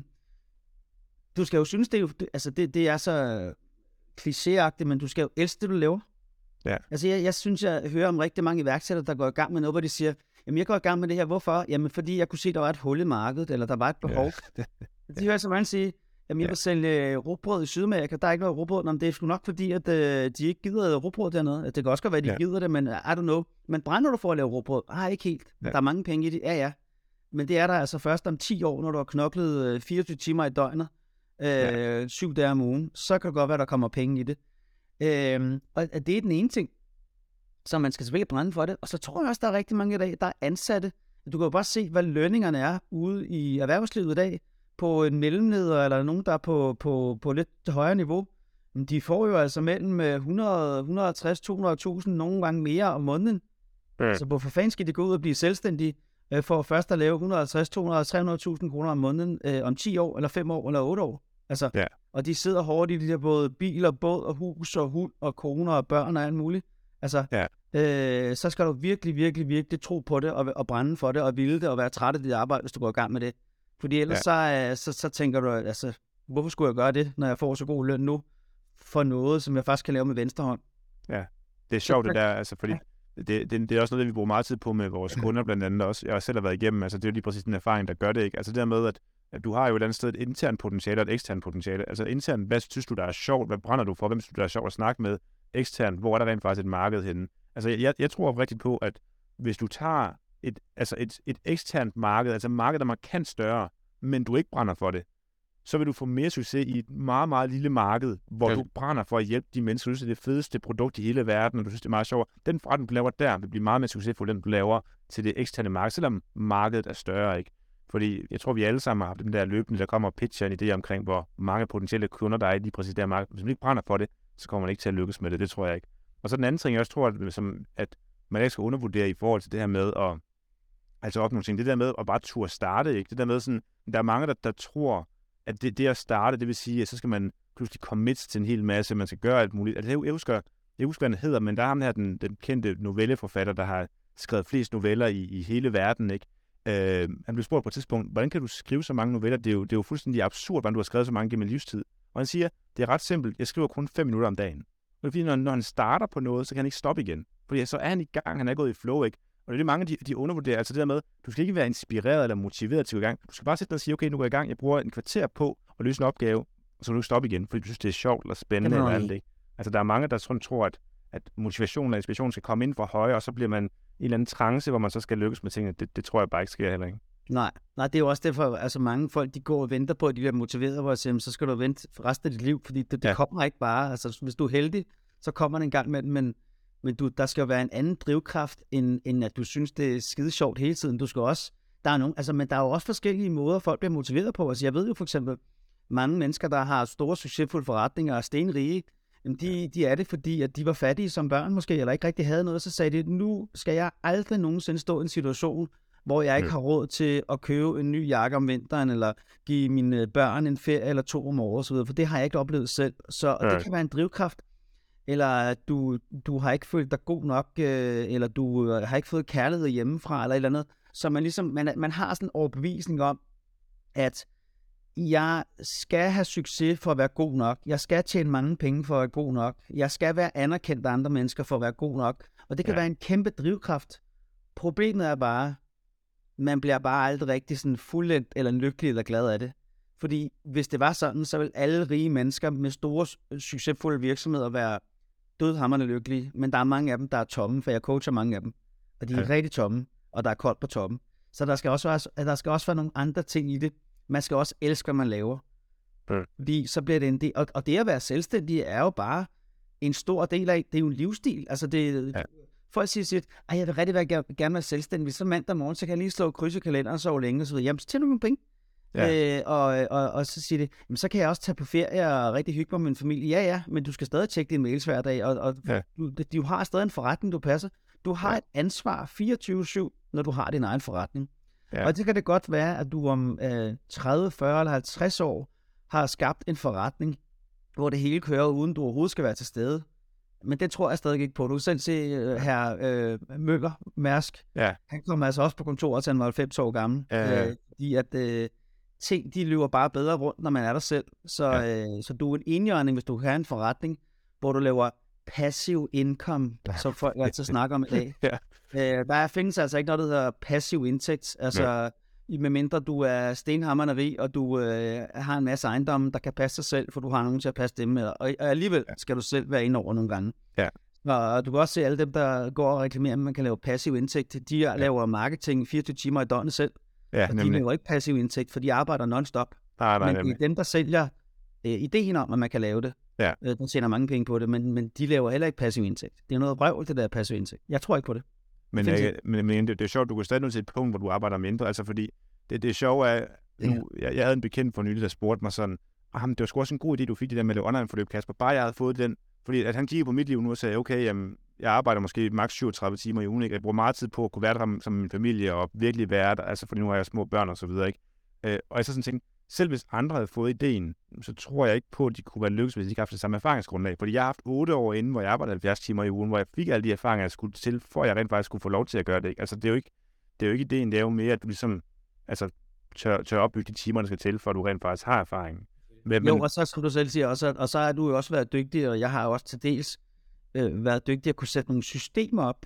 du skal jo synes, det er jo... Altså, det er så klichéagtigt, men du skal jo elske det, du laver. Ja. Altså, jeg synes, jeg hører om rigtig mange iværksættere, der går i gang med noget, hvor de siger, jamen, jeg går i gang med det her. Hvorfor? Jamen, fordi jeg kunne se, der var et hul i markedet, eller der var et behov. Ja. De hører så mange sige, jamen, jeg vil sælge rugbrød i Sydamerika. Der er ikke noget rugbrød. Men det er sgu nok fordi, at de ikke gider rugbrød dernede. Det kan også godt være, at de gider det, men I don't know. Men brænder du for at lave rugbrød? Ikke helt. Ja. Der er mange penge i det. Ja. Men det er der altså først om 10 år, når du har knoklet 24 timer i døgnet, 7 dage om ugen. Så kan det godt være, der kommer penge i det. Og det er den ene ting, så man skal selvfølgelig brænde for det. Og så tror jeg også, der er rigtig mange i dag, der er ansatte. Du kan jo bare se, hvad lønningerne er ude i erhvervslivet i dag, på en mellemleder, eller nogen, der er på lidt højere niveau. Men de får jo altså mellem 100, 150, 200.000, nogle gange mere om måneden. Så hvorfor fanden skal de gå ud og blive selvstændige, for først at lave 150, 200, 300.000 kroner om måneden om 10 år, eller 5 år, eller 8 år? Altså, og de sidder hårdt i de der både biler, båd og hus og hund og koner og børn og alt muligt. Altså, så skal du virkelig, virkelig, virkelig tro på det og brænde for det og ville det og være træt af dit arbejde, hvis du går i gang med det. Fordi ellers så tænker du, altså, hvorfor skulle jeg gøre det, når jeg får så god løn nu for noget, som jeg faktisk kan lave med venstre hånd? Ja, det er sjovt det der, altså, fordi det er også noget, vi bruger meget tid på med vores kunder blandt andet også. Jeg har selv været igennem, altså det er jo lige præcis den erfaring, der gør det, ikke? Altså det der med, at du har jo et andet sted et internt potentiale og et eksternt potentiale. Altså internt, hvad synes du, der er sjovt? Hvad brænder du for? Hvem synes du, der er sjovt at snakke med? Eksternt, hvor er der rent faktisk et marked henne? Altså jeg tror rigtig på, at hvis du tager et eksternt marked, altså et marked, der er markant større, men du ikke brænder for det, så vil du få mere succes i et meget, meget lille marked, hvor du brænder for at hjælpe de mennesker, du synes, det er det fedeste produkt i hele verden, og du synes, det er meget sjovt. Den forretning, du laver der, vil blive meget mere succesfuld, end du laver til det eksterne marked, selvom markedet er større, ikke? Fordi jeg tror, vi alle sammen har haft den der løbende, der kommer og pitcher en idé omkring, hvor mange potentielle kunder, der er i lige præcis der marked. Hvis man ikke brænder for det, så kommer man ikke til at lykkes med det. Det tror jeg ikke. Og så den anden ting, jeg også tror, at man ikke skal undervurdere i forhold til det her med at opnå nogle ting. Det der med at bare turde starte, ikke? Det der med sådan, der er mange, der tror, at det at starte, det vil sige, at så skal man pludselig commit til en hel masse, man skal gøre alt muligt. Altså, jeg husker, hvad den hedder, men der er ham her, den kendte novelleforfatter, der har skrevet flest noveller i hele verden, ikke? Han blev spurgt på et tidspunkt, hvordan kan du skrive så mange noveller? Det er jo fuldstændig absurd, hvordan du har skrevet så mange gennem livstid. Og han siger, det er ret simpelt, jeg skriver kun 5 minutter om dagen. Og det er fordi, når han starter på noget, så kan han ikke stoppe igen. Fordi så er han i gang, han er gået i flow, ikke? Og det er det mange, de undervurderer. Altså det der med, du skal ikke være inspireret eller motiveret til at gå i gang. Du skal bare sætte dig og sige, okay, nu går jeg i gang, jeg bruger en kvarter på at løse en opgave, og så vil du stoppe igen, fordi du synes, det er sjovt eller spændende eller andet, ikke? Altså der er mange, der sådan tror, at motivation og inspiration skal komme ind fra højre, og så bliver man i en eller anden trance, hvor man så skal lykkes med tingene. Det tror jeg bare ikke sker heller, ikke? Nej, det er jo også derfor, altså mange folk, de går og venter på, at de bliver motiveret, hvor jeg siger, så skal du vente for resten af dit liv, fordi det kommer ikke bare. Altså hvis du er heldig, så kommer det en gang med den, men der skal jo være en anden drivkraft, end at du synes, det er skide sjovt hele tiden. Du skal også, men der er jo også forskellige måder, folk bliver motiveret på. Altså jeg ved jo for eksempel, mange mennesker, der har store succesfulde forretninger og er stenrige, de er det, fordi at de var fattige som børn måske, eller ikke rigtig havde noget, så sagde de, nu skal jeg aldrig nogensinde stå i en situation, hvor jeg ikke har råd til at købe en ny jakke om vinteren, eller give mine børn en ferie eller 2 om året osv., for det har jeg ikke oplevet selv. Så det kan være en drivkraft, eller du har ikke følt dig god nok, eller du har ikke fået kærlighed hjemmefra, eller et eller andet. Så man, ligesom, man har sådan en overbevisning om, at jeg skal have succes for at være god nok. Jeg skal tjene mange penge for at være god nok. Jeg skal være anerkendt af andre mennesker for at være god nok. Og det kan være en kæmpe drivkraft. Problemet er bare, man bliver bare aldrig rigtig sådan fuldendt eller lykkelig eller glad af det. Fordi hvis det var sådan, så ville alle rige mennesker med store, succesfulde virksomheder være dødhamrende lykkelige. Men der er mange af dem, der er tomme, for jeg coacher mange af dem. Og de er rigtig tomme, og der er koldt på toppen. Så der skal også være nogle andre ting i det. Man skal også elske, hvad man laver. Fordi så bliver det en del. Og det at være selvstændig er jo bare en stor del af, det er jo en livsstil. Altså folk siger, at jeg vil rigtig gerne være selvstændig. Hvis så mandag morgen, så kan jeg lige slå kryds i kalenderen og sove længe og så videre. Jamen, så tjener du nogle penge. Og så siger det, jamen, så kan jeg også tage på ferie og rigtig hygge mig med min familie. Ja, men du skal stadig tjekke dine mails hver dag, og du har stadig en forretning, du passer. Du har et ansvar 24/7, når du har din egen forretning. Ja. Og det kan det godt være, at du om 30, 40 eller 50 år har skabt en forretning, hvor det hele kører, uden du overhovedet skal være til stede. Men det tror jeg stadig ikke på. Du kan selv se herr Møller, Mærsk. Ja. Han kom altså også på kontoret, til han var 90 år gammel. Fordi at ting, de løber bare bedre rundt, når man er der selv. Så du er en enhjørning, hvis du har en forretning, hvor du laver passiv income, som folk altid snakker om i dag. Der findes altså ikke noget, der hedder passiv indtægt. Altså, medmindre du er stenhammerende rig, og du har en masse ejendomme, der kan passe sig selv, for du har nogen til at passe dem med. Og alligevel skal du selv være inde over nogle gange. Ja. Og du kan også se alle dem, der går og reklamerer, at man kan lave passiv indtægt. De laver marketing 24 timer i døgnet selv. Ja, og de laver ikke passiv indtægt, for de arbejder non-stop. Men det er dem, der sælger ideen om, at man kan lave det. Ja. Der tjener mange penge på det, men de laver heller ikke passiv indtægt. Det er noget vrøvl, det der passiv indtægt. Jeg tror ikke på det. Men det er sjovt, du kan stadig nå til et punkt, hvor du arbejder mindre, altså fordi det sjove er, jeg havde en bekendt for nylig, der spurgte mig sådan, det var sgu også en god idé, du fik det der med det online-forløb, Kasper, bare jeg havde fået den, fordi at han kiggede på mit liv nu og sagde, okay, jamen, jeg arbejder måske maks 37 timer i ugen, ikke? Jeg bruger meget tid på at kunne være der som min familie, og virkelig være der, altså fordi nu har jeg små børn og så videre, ikke? Og jeg så sådan tænkte, selv hvis andre havde fået ideen, så tror jeg ikke på, at de kunne være lykkes, hvis de ikke havde haft det samme erfaringsgrundlag. Fordi jeg har haft 8 år inden, hvor jeg arbejdede 70 timer i ugen, hvor jeg fik alle de erfaringer, jeg skulle til, for jeg rent faktisk skulle få lov til at gøre det. Ikke? Altså, det er jo ikke ideen, det er jo mere, at du ligesom tør opbygge de timer, der skal til, for at du rent faktisk har erfaring. Jo, og så som du selv siger, og så har du jo også været dygtig, og jeg har også til dels været dygtig at kunne sætte nogle systemer op,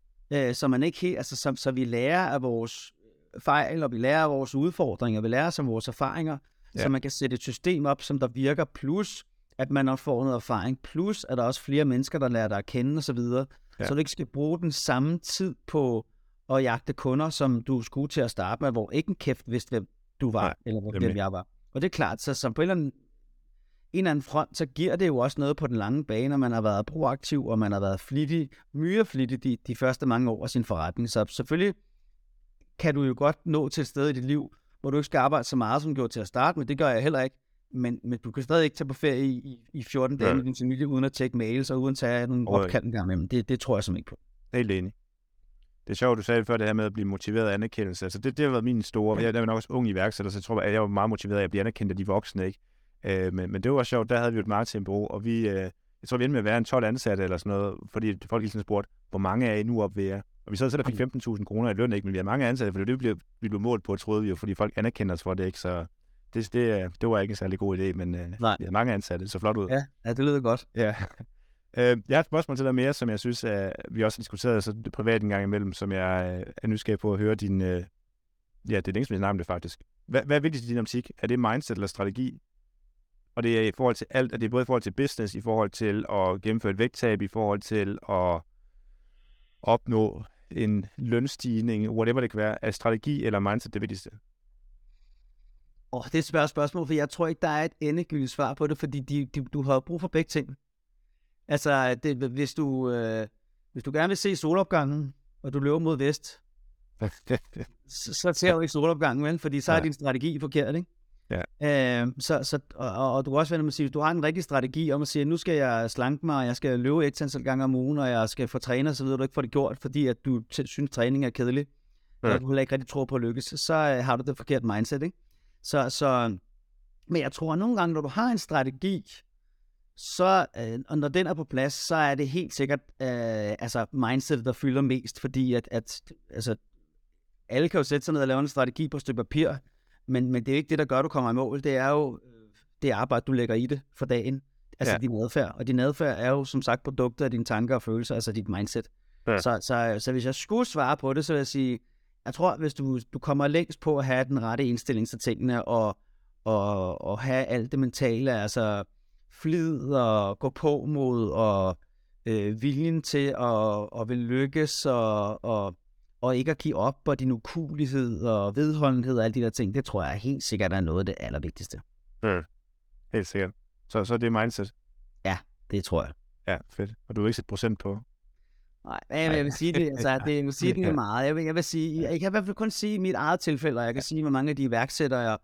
så man ikke helt, altså så vi lærer af vores fejl, og vi lærer af vores udfordringer, vi lærer af vores erfaringer, så man kan sætte et system op, som der virker, plus at man også får noget erfaring, plus at der er også flere mennesker, der lærer dig at kende osv., så du ikke skal bruge den samme tid på at jagte kunder, som du skulle til at starte med, hvor ikke en kæft vidste, hvem du var, eller hvem jeg var. Og det er klart, så som på en eller anden front, så giver det jo også noget på den lange bane, når man har været proaktiv, og man har været flittig, myreflittig de første mange år af sin forretning. Så selvfølgelig kan du jo godt nå til et sted i dit liv, hvor du ikke skal arbejde så meget, som du gjorde til at starte med. Det gør jeg heller ikke. Men du kan stadig ikke tage på ferie i 14 dage med din familie, uden at tjekke mails, og uden at tage nogle opkald en gang med dem. Det tror jeg simpelthen ikke på. Helt enig. Det er sjovt, du sagde før det her med at blive motiveret af anerkendelse. Altså det har været min store... Jeg er nok også ung iværksætter, så jeg tror, at jeg var meget motiveret af at blive anerkendt af de voksne, ikke? Men det var også sjovt, der havde vi jo et marketingbureau, og jeg tror, vi endte med at være en 12 ansatte eller sådan noget, fordi folk hele tiden spurgte, hvor mange er I nu op ved jer? Og vi så der fik 15.000 kroner i løn, ikke? Men vi har mange ansatte, for det vi blev målt på, troede vi jo, fordi folk anerkender os for det, ikke? Så det var ikke en særlig god idé, men vi har mange ansatte, så flot ud. Ja, det lyder godt. Ja. Jeg har et spørgsmål til dig mere, som jeg synes, vi også har diskuteret så det privat en gang imellem, som jeg er nysgerrig på at høre din... det er længe, som vi snakker om det faktisk. Hvad er vigtigt i din optik? Er det mindset eller strategi? Og det er i forhold til alt, at det er både i forhold til business, i forhold til at gennemføre et vægttab, i forhold til at opnå en lønstigning, whatever det kan være. Er strategi eller mindset det vigtigste? Det er et svært spørgsmål, for jeg tror ikke, der er et endegyldigt svar på det, fordi du har brug for begge ting. Altså, hvis du gerne vil se solopgangen, og du løber mod vest, så ser du ikke solopgangen, vel? Fordi så er din strategi forkert, ikke? Ja. Og du også vender at sige, hvis du har en rigtig strategi om at sige, nu skal jeg slanke mig, jeg skal løbe x antal gange om ugen, og jeg skal få træner, så videre, du ikke får det gjort, fordi at du synes, træning er kedelig, og du heller ikke rigtig tror på at lykkes, så har du det forkerte mindset, ikke? Men jeg tror, at nogle gange, når du har en strategi, så, og når den er på plads, så er det helt sikkert mindset, der fylder mest, fordi at alle kan jo sætte sig ned og lave en strategi på et stykke papir, men det er jo ikke det, der gør, at du kommer i mål. Det er jo det arbejde, du lægger i det for dagen. Altså din adfærd. Og din adfærd er jo som sagt produktet af dine tanker og følelser, altså dit mindset. Ja. Så hvis jeg skulle svare på det, så vil jeg sige, jeg tror, hvis du kommer længst på at have den rette indstilling til tingene, og have alt det mentale, altså flid og gå på mod, og viljen til at vil lykkes, og ikke at give op, og din ukuelighed og vedholdenhed og alle de der ting, det tror jeg helt sikkert er noget af det allervigtigste. Helt sikkert. Så er det mindset? Ja, det tror jeg. Ja, fedt. Og du vil ikke sætte procent på? Nej, jeg vil sige det, altså, jeg vil sige det meget. Jeg vil sige, jeg kan i hvert fald kun sige i mit eget tilfælde, og jeg kan sige, hvor mange af de iværksættere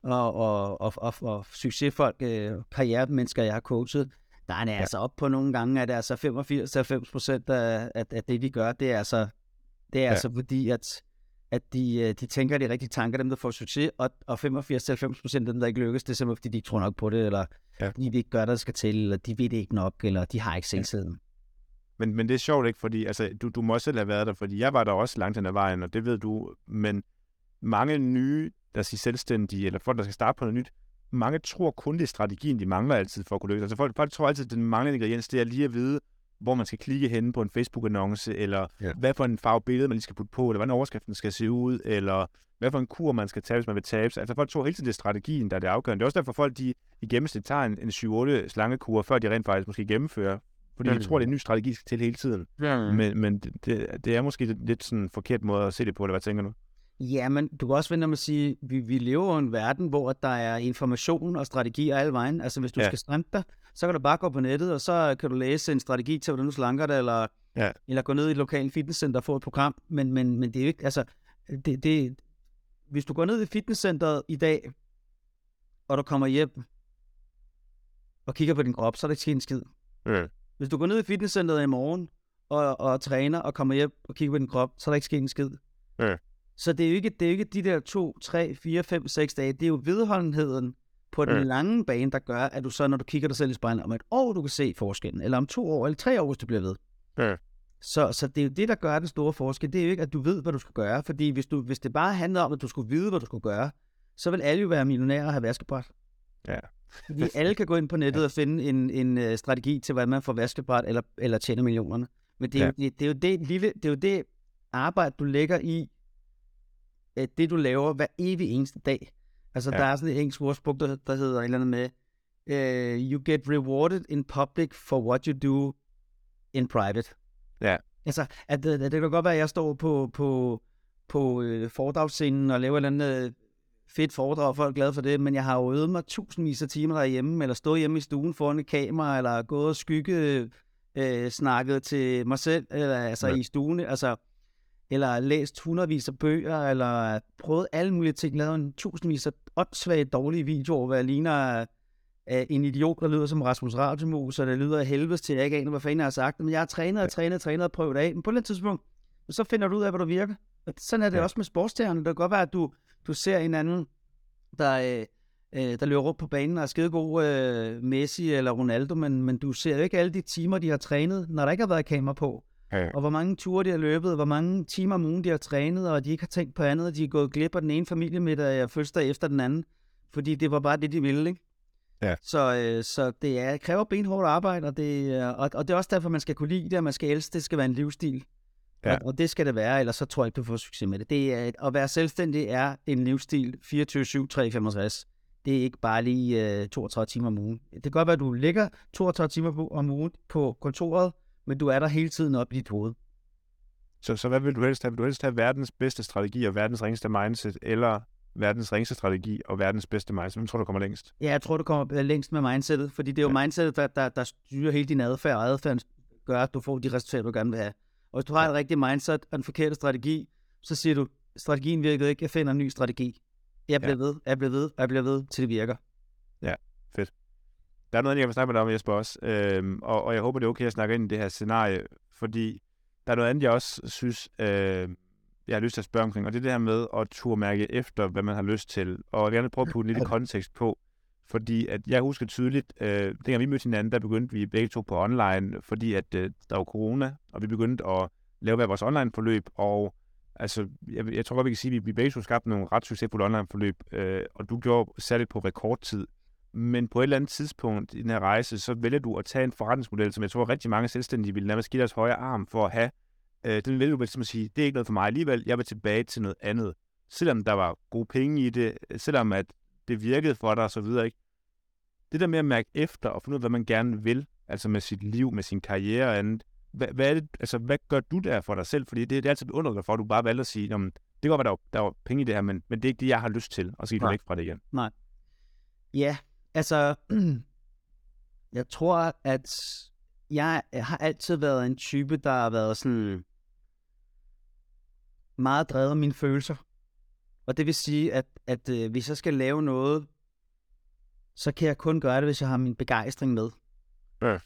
og succesfolk, karrieremennesker, jeg har coachet, der er altså op på nogle gange, at det er altså 85-90% af det, de gør, det er altså fordi, at de tænker de rigtige tanker, dem der får succes, og 85-90% af dem, der ikke lykkes, det er simpelthen, fordi de ikke tror nok på det, eller de vil ikke gøre, der skal til, eller de ved det ikke nok, eller de har ikke selvtiden. Men det er sjovt ikke, fordi altså, du må også selv have været der, fordi jeg var der også langt hen ad vejen, og det ved du, men mange nye, der siger selvstændige, eller folk, der skal starte på noget nyt, mange tror kun, det er strategien, de mangler altid for at kunne lykkes. Altså folk tror altid, at den manglende ingrediens, det er lige at vide, hvor man skal klikke henne på en Facebook-annonce, eller hvad for en farve billede, man lige skal putte på, eller hvordan overskriften skal se ud, eller hvad for en kur, man skal tage, hvis man vil tabe sig. Altså folk tror hele tiden, det er strategien, der er det afgørende. Det er også derfor, folk de i gennemsnit tager en 7-8 slangekur, før de rent faktisk måske gennemfører. Fordi de tror, det er en ny strategi, der skal til hele tiden. Men det er måske lidt sådan en forkert måde at se det på, eller hvad tænker du? Ja, men du kan også vende om at sige, vi lever i en verden, hvor der er information og strategier alle vejen. Altså hvis du skal strømpe dig, så kan du bare gå på nettet, og så kan du læse en strategi til, hvordan du slanker dig, eller gå ned i et lokalt fitnesscenter og få et program. Men det er jo ikke, altså, hvis du går ned i fitnesscenteret i dag, og du kommer hjem og kigger på din krop, så er det ikke sket en skid. Hvis du går ned i fitnesscenteret i morgen, og træner og kommer hjem og kigger på din krop, så er der ikke sket en skid. Så det er jo ikke de der 2, 3, 4, 5, 6 dage. Det er jo vedholdenheden på den lange bane, der gør, at du så, når du kigger dig selv i spejlet, om et år, du kan se forskellen. Eller om 2 år, eller 3 år, hvis du bliver ved. Så det er jo det, der gør den store forskel. Det er jo ikke, at du ved, hvad du skal gøre. Fordi hvis det bare handler om, at du skulle vide, hvad du skulle gøre, så vil alle jo være millionærer og have vaskebræt. Fordi alle kan gå ind på nettet og finde en strategi til, hvordan man får vaskebræt eller tjener millionerne. Men det er jo det arbejde, du lægger i, det du laver hver evig eneste dag. Altså der er sådan et engelsk ordsprog, der hedder et eller andet med, you get rewarded in public for what you do in private. Altså, det kan godt være, at jeg står på foredragsscenen og laver et eller andet fedt foredrag, og folk er glade for det, men jeg har jo øvet mig tusindvis af timer derhjemme, eller stået hjemme i stuen foran et kamera, eller gået og snakket til mig selv, eller i stuen, eller læst hundredvis af bøger, eller prøvet alle mulige ting, lavet en tusindvis af åndssvagt dårlige videoer, hvor jeg ligner en idiot, der lyder som Rasmus Radiomus, og det lyder af helvedes til, jeg ikke aner, hvad fanden jeg har sagt, men jeg har trænet og prøvet af, men på et tidspunkt, så finder du ud af, hvad du virker. Og sådan er det også med sportsstjerner. Det kan godt være, at du ser en anden, der løber rundt på banen og er skidegod Messi eller Ronaldo, men du ser jo ikke alle de timer, de har trænet, når der ikke har været kamera på. Og hvor mange ture de har løbet, hvor mange timer om ugen de har trænet, og de ikke har tænkt på andet, og de er gået glip af den ene familiemiddag og fødselsdag efter den anden, fordi det var bare det, de ville, ikke? Så det kræver benhårdt arbejde, og det er også derfor, man skal kunne lide det, og man skal elske det, skal være en livsstil. Og det skal det være, ellers så tror jeg ikke, du får succes med det. At være selvstændig er en livsstil 24/7, 365. Det er ikke bare lige 32 timer om ugen. Det kan godt være, at du ligger 32 timer om ugen på kontoret, men du er der hele tiden op i dit hoved. Så hvad vil du helst have? Vil du helst have verdens bedste strategi og verdens ringeste mindset, eller verdens ringeste strategi og verdens bedste mindset? Hvem tror du kommer længst? Ja, jeg tror, du kommer længst med mindsetet, fordi det er jo mindsetet, der styrer hele din adfærd, og adfærden gør, at du får de resultater, du gerne vil have. Og hvis du har et rigtigt mindset og en forkert strategi, så siger du, strategien virkede ikke, jeg finder en ny strategi. Jeg bliver ved, til det virker. Ja, fedt. Der er noget, jeg vil snakke med dig om, Jesper, også. Og jeg håber, det er okay at snakke ind i det her scenarie, fordi der er noget andet, jeg også synes, jeg har lyst til at spørge omkring, og det er det her med at turde mærke efter, hvad man har lyst til. Og jeg vil gerne prøve at putte lidt i kontekst på, fordi at jeg husker tydeligt, dengang vi mødte hinanden, der begyndte vi begge to på online, fordi at der var corona, og vi begyndte at lave hver vores online-forløb, og altså, jeg tror godt, vi kan sige, at vi begge to skabte nogle ret succesfulde online-forløb, og du gjorde særligt på rekordtid. Men på et eller andet tidspunkt i den her rejse, så vælger du at tage en forretningsmodel, som jeg tror rigtig mange selvstændige vil nærmest give deres højre arm for at have. Den vælger du vel som at sige, det er ikke noget for mig alligevel, jeg vil tilbage til noget andet. Selvom der var gode penge i det, selvom at det virkede for dig og så videre, ikke? Det der med at mærke efter og finde ud af, hvad man gerne vil, altså med sit liv, med sin karriere og andet, hvad er det, altså hvad gør du der for dig selv? Fordi det er altid beundret dig for, at du bare valgte at sige, det kan godt være, der var penge i det her, men det er ikke det, jeg har lyst til, og så gik du væk fra det igen. Nej. Ja, altså, jeg tror, at jeg har altid været en type, der har været sådan meget drevet af mine følelser. Og det vil sige, at hvis jeg skal lave noget, så kan jeg kun gøre det, hvis jeg har min begejstring med. Ja.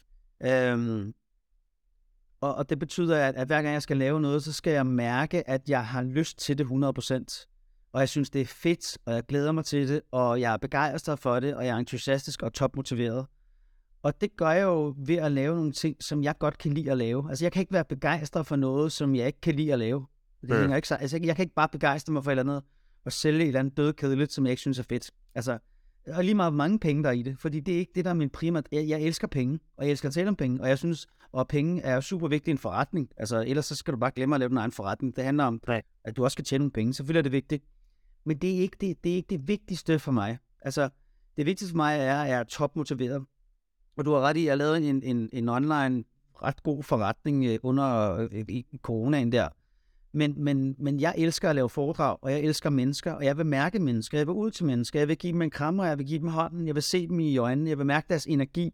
Og det betyder, at hver gang jeg skal lave noget, så skal jeg mærke, at jeg har lyst til det 100%. Og jeg synes, det er fedt, og jeg glæder mig til det, og jeg er begejstret for det, og jeg er entusiastisk og topmotiveret. Og det gør jeg jo ved at lave nogle ting, som jeg godt kan lide at lave. Altså, jeg kan ikke være begejstret for noget, som jeg ikke kan lide at lave. Det hænger ikke så. Altså, jeg kan ikke bare begejstre mig for et eller andet, og sælge et eller andet dødkedeligt, som jeg ikke synes er fedt. Altså, og lige meget mange penge der er i det, fordi det er ikke det, der er min primært. Jeg elsker penge, og jeg elsker at tale om penge, og jeg synes, at penge er super vigtigt i en forretning. Altså, ellers så skal du bare glemme at lave din egen forretning. Det handler om, at du også skal tjene nogle penge. Selvfølgelig er det vigtigt. Men det er ikke det vigtigste for mig. Altså, det vigtigste for mig er, at jeg er topmotiveret. Og du har ret i, at jeg lavede en online ret god forretning under coronaen der. Men jeg elsker at lave foredrag, og jeg elsker mennesker, og jeg vil mærke mennesker. Jeg vil ud til mennesker. Jeg vil give dem en krammer, jeg vil give dem hånden, jeg vil se dem i øjnene, jeg vil mærke deres energi.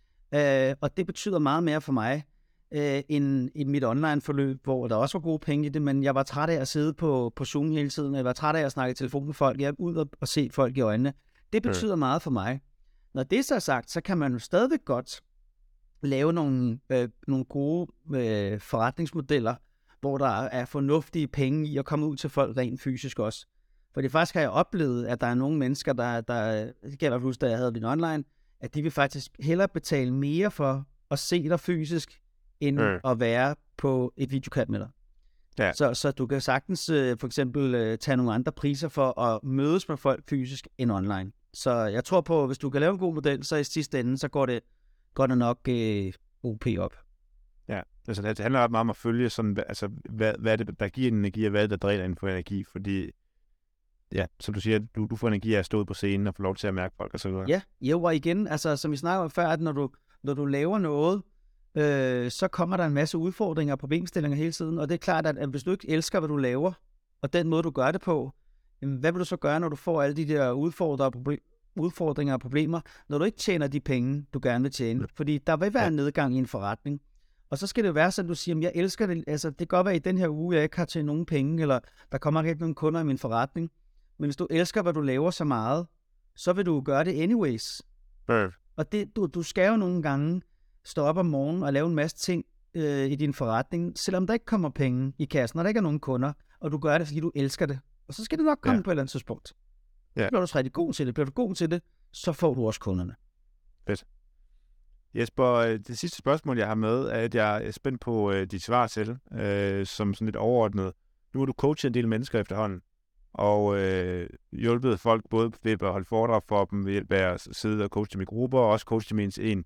Og det betyder meget mere for mig, end i mit online-forløb, hvor der også var gode penge i det, men jeg var træt af at sidde på Zoom hele tiden, og jeg var træt af at snakke i telefon med folk. Jeg er ud og se folk i øjnene. Det betyder meget for mig. Når det så er sagt, så kan man jo stadigvæk godt lave nogle gode forretningsmodeller, hvor der er fornuftige penge i at komme ud til folk rent fysisk også. Fordi faktisk har jeg oplevet, at der er nogle mennesker, det kan jeg i hvert fald huske, da jeg havde min online, at de vil faktisk hellere betale mere for at se dig fysisk, end at være på et videokald med dig. Ja. Så du kan sagtens for eksempel tage nogle andre priser for at mødes med folk fysisk end online. Så jeg tror på, at hvis du kan lave en god model, så i sidste ende, så går det nok OP op. Ja, altså det handler ret meget om at følge sådan, altså hvad er det, der giver energi, og hvad er det, der dræner inden for energi, fordi ja, som du siger, du får energi af at stå på scenen og få lov til at mærke folk og så videre. Ja, jo, og igen, altså som vi snakker om før, at når du laver noget, så kommer der en masse udfordringer og problemstillinger hele tiden, og det er klart, at hvis du ikke elsker, hvad du laver, og den måde, du gør det på, hvad vil du så gøre, når du får alle de der udfordringer og problemer, når du ikke tjener de penge, du gerne vil tjene? Fordi der vil være en nedgang i en forretning. Og så skal det jo være sådan, at du siger, at jeg elsker det. Altså, det kan godt være, at i den her uge, jeg ikke har tjent nogen penge, eller der kommer ikke nogen kunder i min forretning. Men hvis du elsker, hvad du laver så meget, så vil du gøre det anyways. Og du skal jo nogle gange stå op om morgenen og lave en masse ting i din forretning, selvom der ikke kommer penge i kassen, og der ikke er nogen kunder, og du gør det, fordi du elsker det. Og så skal det nok komme på et eller andet tidspunkt. Ja. Bliver du så rigtig god til det. Bliver du god til det, så får du også kunderne. Fedt. Jesper, det sidste spørgsmål, jeg har med, er, at jeg er spændt på dit svar til, som sådan lidt overordnet. Nu har du coachet en del mennesker efterhånden, og hjulpet folk både ved at holde foredrag for dem, ved hjælp af at sidde og coache dem i grupper, og også coache dem i en.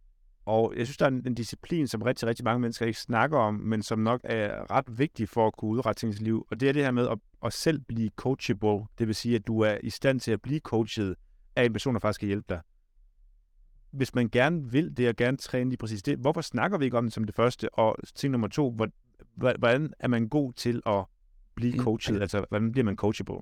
Og jeg synes, der er en disciplin, som rigtig, rigtig mange mennesker ikke snakker om, men som nok er ret vigtig for at kunne udrette ting i sit liv. Og det er det her med at selv blive coachable. Det vil sige, at du er i stand til at blive coachet af en person, der faktisk kan hjælpe dig. Hvis man gerne vil det, og gerne træne lige præcis det, hvorfor snakker vi ikke om det som det første? Og ting nummer 2, hvordan er man god til at blive coachet? Altså, hvordan bliver man coachable?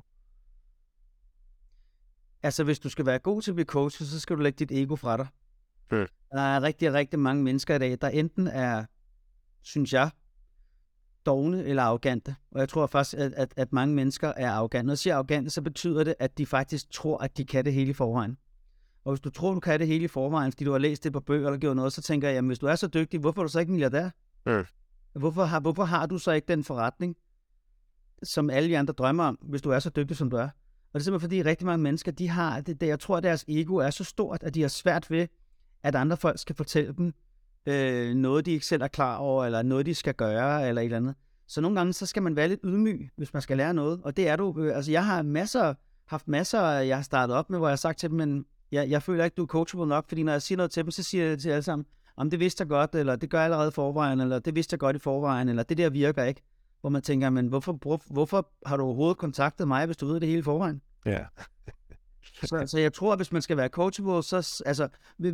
Altså, hvis du skal være god til at blive coachet, så skal du lægge dit ego fra dig. Der er rigtig, rigtig mange mennesker i dag, der enten er, synes jeg, dovne eller arrogante. Og jeg tror faktisk, at mange mennesker er arrogante. Når jeg siger arrogante, så betyder det, at de faktisk tror, at de kan det hele i forvejen. Og hvis du tror, du kan det hele i forvejen, fordi du har læst det på bøger eller gjort noget, så tænker jeg, jamen hvis du er så dygtig, hvorfor er du så ikke milliardær? Hvorfor har du så ikke den forretning, som alle de andre drømmer om, hvis du er så dygtig, som du er? Og det er simpelthen fordi, rigtig mange mennesker, de har det, jeg tror, at deres ego er så stort, at de har svært ved, at andre folk skal fortælle dem noget, de ikke selv er klar over, eller noget, de skal gøre, eller et eller andet. Så nogle gange, så skal man være lidt ydmyg, hvis man skal lære noget. Og det er du. Altså, jeg har haft masser, jeg har startet op med, hvor jeg har sagt til dem, men jeg føler ikke, du er coachable nok, fordi når jeg siger noget til dem, så siger jeg til alle sammen, om det vidste jeg godt, eller det gør jeg allerede i forvejen, eller det vidste jeg godt i forvejen, eller det der virker ikke. Hvor man tænker, men hvorfor har du overhovedet kontaktet mig, hvis du ved det hele i forvejen? Ja. Så jeg tror, at hvis man skal være coachable, så altså,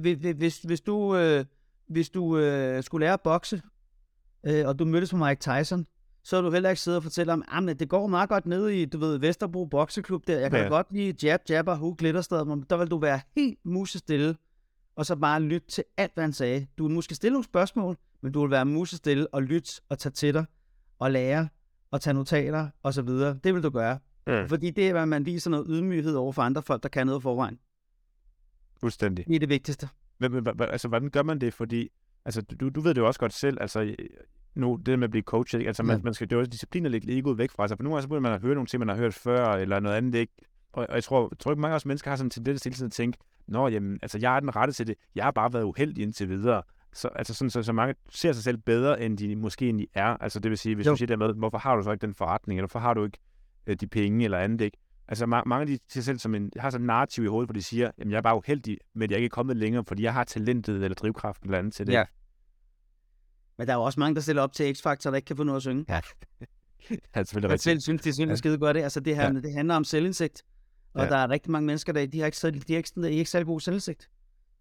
hvis du skulle lære at bokse, og du mødtes med Mike Tyson, så vil du heller ikke sidde og fortælle om, at det går meget godt nede i, du ved, Vesterbro Bokseklub der. Jeg kan godt lide jab og hook glitterstad, men der vil du være helt musestille, og så bare lytte til alt, hvad han sagde. Du vil måske stille nogle spørgsmål, men du vil være musestille og lytte og tage til dig, og lære, og tage notater, og så videre. Det vil du gøre. Fordi det er, at man viser noget ydmyghed over for andre folk, der kan noget forvejen. Fuldstændig. Det er det vigtigste. Altså, hvordan gør man det? Fordi, altså, du ved det jo også godt selv, altså, nu, det med at blive coachet, altså, man skal jo også disciplin og lægge egoet væk fra sig, for nogle gange så begynder man at høre nogle ting, man har hørt før, eller noget andet, ikke? Og jeg tror ikke mange af os mennesker har sådan en tendens til at tænke, jamen, altså, jeg er den rette til det, jeg har bare været uheldig indtil videre. Så mange ser sig selv bedre, end de måske er. Altså, det vil sige, hvis du siger det med, hvorfor har du så ikke den forretning, eller hvorfor har du ikke de penge, eller andet, ikke? Altså, mange af de siger selv har sådan en narrativ i hovedet, hvor de siger, jamen, jeg er bare uheldig, men jeg er ikke kommet længere, fordi jeg har talentet eller drivkraften eller andet til det. Ja. Men der er jo også mange, der stiller op til X-Factor, der ikke kan få noget at synge. Ja. Jeg selv synes, de synes, skide godt det. Altså, det handler om selvindsigt. Og der er rigtig mange mennesker, der de er ikke særlig god selvindsigt.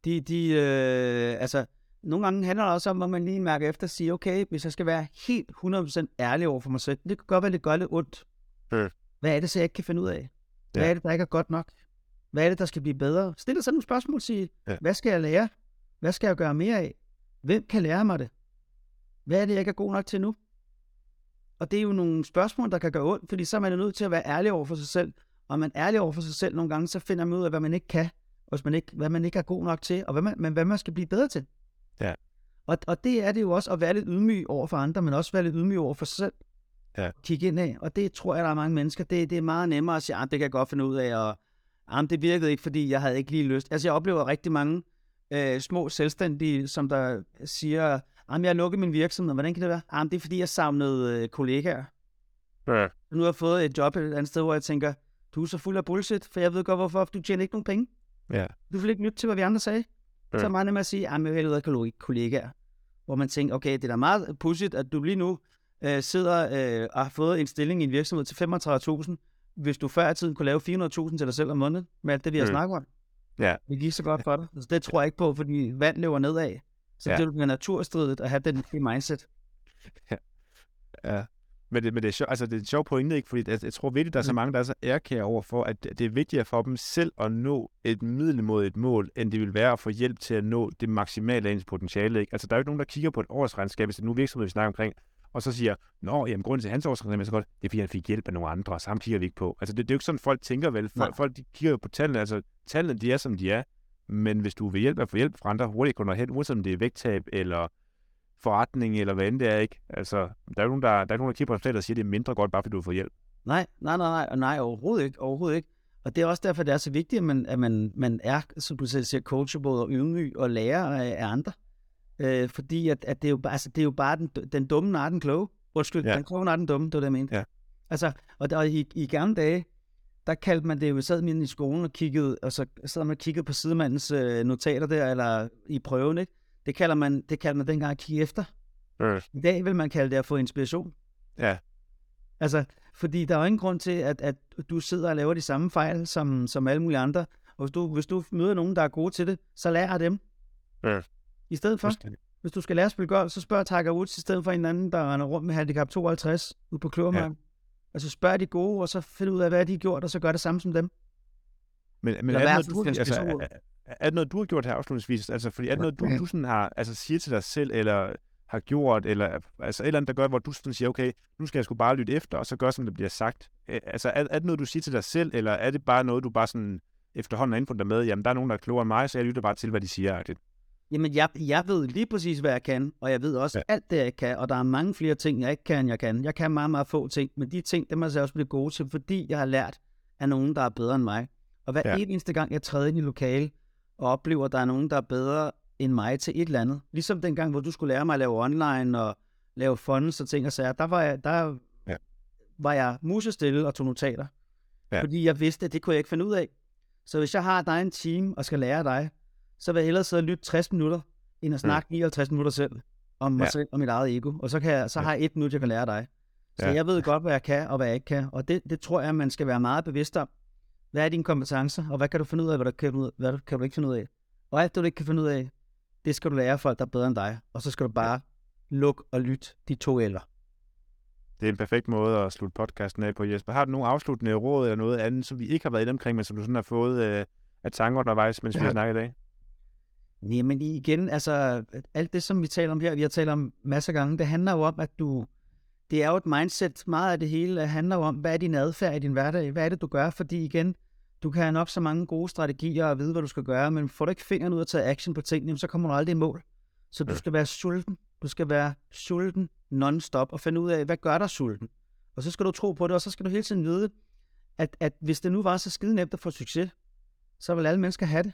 Altså, nogle gange handler det også om, at man lige mærker efter og siger, okay, hvis jeg skal være helt 100% ærlig over for mig selv, det kan godt være, det gør lidt ondt. Hvad er det, så jeg ikke kan finde ud af? Hvad er det, der ikke er godt nok? Hvad er det, der skal blive bedre? Stil dig sådan nogle spørgsmål, sige, hvad skal jeg lære? Hvad skal jeg gøre mere af? Hvem kan lære mig det? Hvad er det, jeg ikke er god nok til nu? Og det er jo nogle spørgsmål, der kan gøre ondt, fordi så er man nødt til at være ærlig over for sig selv. Og man er ærlig over for sig selv nogle gange, så finder man ud af, hvad man ikke kan, og hvad man ikke er god nok til, og hvad man skal blive bedre til. Ja. Og det er det jo også at være lidt ydmyg over for andre, men også være lidt ydmyg over for sig selv. Ja. Kigge ind af, og det tror jeg, der er mange mennesker. Det er meget nemmere at sige, det kan jeg godt finde ud af, og det virkede ikke, fordi jeg havde ikke lige lyst. Altså jeg oplever rigtig mange små selvstændige, som der siger, jeg har lukket min virksomhed. Hvordan kan det være? Det er fordi, jeg savnede kollegaer. Ja. Nu har jeg fået et job et andet sted, hvor jeg tænker, du er så fuld af bullshit, for jeg ved godt, hvorfor. Du tjener ikke nogen penge. Ja. Du vil ikke lytte til, hvad vi andre sagde. Så er meget nemmere at sige, jeg vil ud af kollegaer. Hvor man tænker, okay, det er da meget pudsigt, at du lige nu sidder og har fået en stilling i en virksomhed til 35.000, hvis du før i tiden kunne lave 400.000 til dig selv om måneden, med alt det, vi har snakket om. Ja. Det gik så godt for dig. Altså, det tror jeg ikke på, fordi vand løber nedad. Så det bliver naturstridigt at have det mindset. Ja. Men det er en sjov pointe, ikke? Fordi jeg tror virkelig, der er så mange, der er så ærkære over for, at det er vigtigere for dem selv at nå et middel mod et mål, end det vil være at få hjælp til at nå det maksimale af ens potentiale, ikke? Altså, der er jo ikke nogen, der kigger på et årsregnskab, hvis det nu er virksomhed, vi snakker omkring, og så siger, jamen grunden til hans årsregnskab er så godt, det er fordi, han fik hjælp af nogle andre, så ham kigger vi ikke på. Altså, det er jo ikke sådan, folk tænker vel. Folk de kigger jo på tallene, altså tallene, de er, som de er, men hvis du vil hjælpe at få hjælp fra andre hurtigt, kunne hen, uanset om det er vægttab eller forretning, eller hvad end det er, ikke? Altså, der er jo nogen, der kigger på resultatet og siger, at det er mindre godt, bare fordi du får hjælp. Nej, overhovedet ikke. Og det er også derfor, det er så vigtigt, at man er, som du selv siger, coachable og ydmyg og lærer af andre. Fordi at det er jo bare den dumme nar den kloge. Den kloge nar den dumme, det var det, jeg mente. Ja. Altså, og i gamle dage, der kaldte man det jo, sad man i skolen og kiggede, og så sad man og kiggede på sidemandens notater der, eller i prøven, ikke? Det kalder man dengang at kigge efter. I dag vil man kalde det at få inspiration. Ja. Altså, fordi der er jo ingen grund til, at du sidder og laver de samme fejl, som alle mulige andre. Og hvis du møder nogen, der er gode til det, så lær af dem. Ja. I stedet for, hvis du skal lære at spille golf, så spørg Tiger Woods i stedet for en anden, der render rundt med handicap 52 ude på Kløvermark. Ja. Altså spørg de gode, og så find ud af, hvad de har gjort, og så gør det samme som dem. Men er det noget, du har gjort her afslutningsvis? Altså, fordi er det noget, du sådan har, altså siger til dig selv, eller har gjort, eller altså et eller andet, der gør, hvor du sådan siger, okay, nu skal jeg sgu bare lytte efter, og så gør, som det bliver sagt. Altså, er det noget, du siger til dig selv, eller er det bare noget, du bare sådan efterhånden har indfundet dig med, jamen, der er nogen, der er klogere end mig, så jeg lytter bare til, hvad de siger. Jamen, jeg ved lige præcis, hvad jeg kan, og jeg ved også alt det, jeg kan, og der er mange flere ting, jeg ikke kan, end jeg kan. Jeg kan meget, meget få ting, men de ting, dem må jeg også blive gode til, fordi jeg har lært af nogen, der er bedre end mig. Og hver eneste gang, jeg træder ind i lokale og oplever, at der er nogen, der er bedre end mig til et eller andet. Ligesom dengang, hvor du skulle lære mig at lave online og lave funds og ting og sager, der var jeg musestille og tog notater. Ja. Fordi jeg vidste, at det kunne jeg ikke finde ud af. Så hvis jeg har dig en time og skal lære dig, så vil jeg hellere sidde og lytte 60 minutter, end at snakke 59 minutter selv om mig selv og mit eget ego. Og så har jeg 1 minut, jeg kan lære dig. Så jeg ved godt, hvad jeg kan og hvad jeg ikke kan. Og det tror jeg, man skal være meget bevidst om. Hvad er dine kompetencer, og hvad kan du finde ud af, hvad kan du ikke finde ud af? Og alt det, du ikke kan finde ud af, det skal du lære af folk, der er bedre end dig. Og så skal du bare lukke og lytte de 2 eller. Det er en perfekt måde at slutte podcasten af på, Jesper. Har du nogle afsluttende råd eller noget andet, som vi ikke har været inde omkring, men som du sådan har fået af tanker undervejs, mens vi har snakket i dag? Jamen igen, altså alt det, som vi taler om her, vi har talt om masser af gange, det handler jo om, at det er jo et mindset. Meget af det hele handler jo om, hvad er din adfærd i din hverdag? Hvad er det, du gør? Fordi igen, du kan have nok så mange gode strategier og vide, hvad du skal gøre, men får du ikke fingeren ud og tage action på tingene, så kommer du aldrig i mål. Så du skal være sulten. Du skal være sulten non-stop og finde ud af, hvad gør dig sulten? Og så skal du tro på det, og så skal du hele tiden vide, at hvis det nu var så skide nemt at få succes, så vil alle mennesker have det.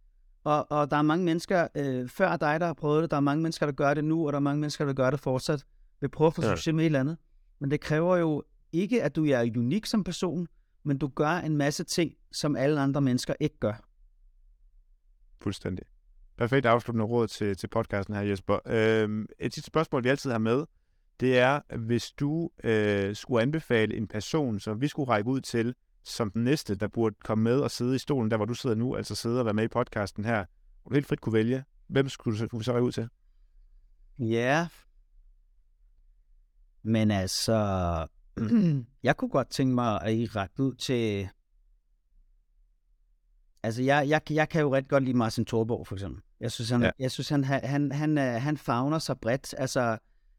Og der er mange mennesker før dig, der har prøvet det. Der er mange mennesker, der gør det nu, og der er mange mennesker, der gør det fortsat. Vil prøve at få succes med et eller andet. Men det kræver jo ikke, at du er unik som person, men du gør en masse ting, som alle andre mennesker ikke gør. Fuldstændig. Perfekt afsluttende råd til podcasten her, Jesper. Et sidste spørgsmål, vi altid har med, det er, hvis du skulle anbefale en person, som vi skulle række ud til, som den næste, der burde komme med og sidde i stolen, der hvor du sidder nu, altså sidde og være med i podcasten her, og du helt frit kunne vælge, hvem skulle du så række ud til? Ja, men altså, jeg kunne godt tænke mig at række ud til, altså jeg kan jo ret godt lide Martin Thorborg for eksempel. Jeg synes han favner sig bredt. Altså,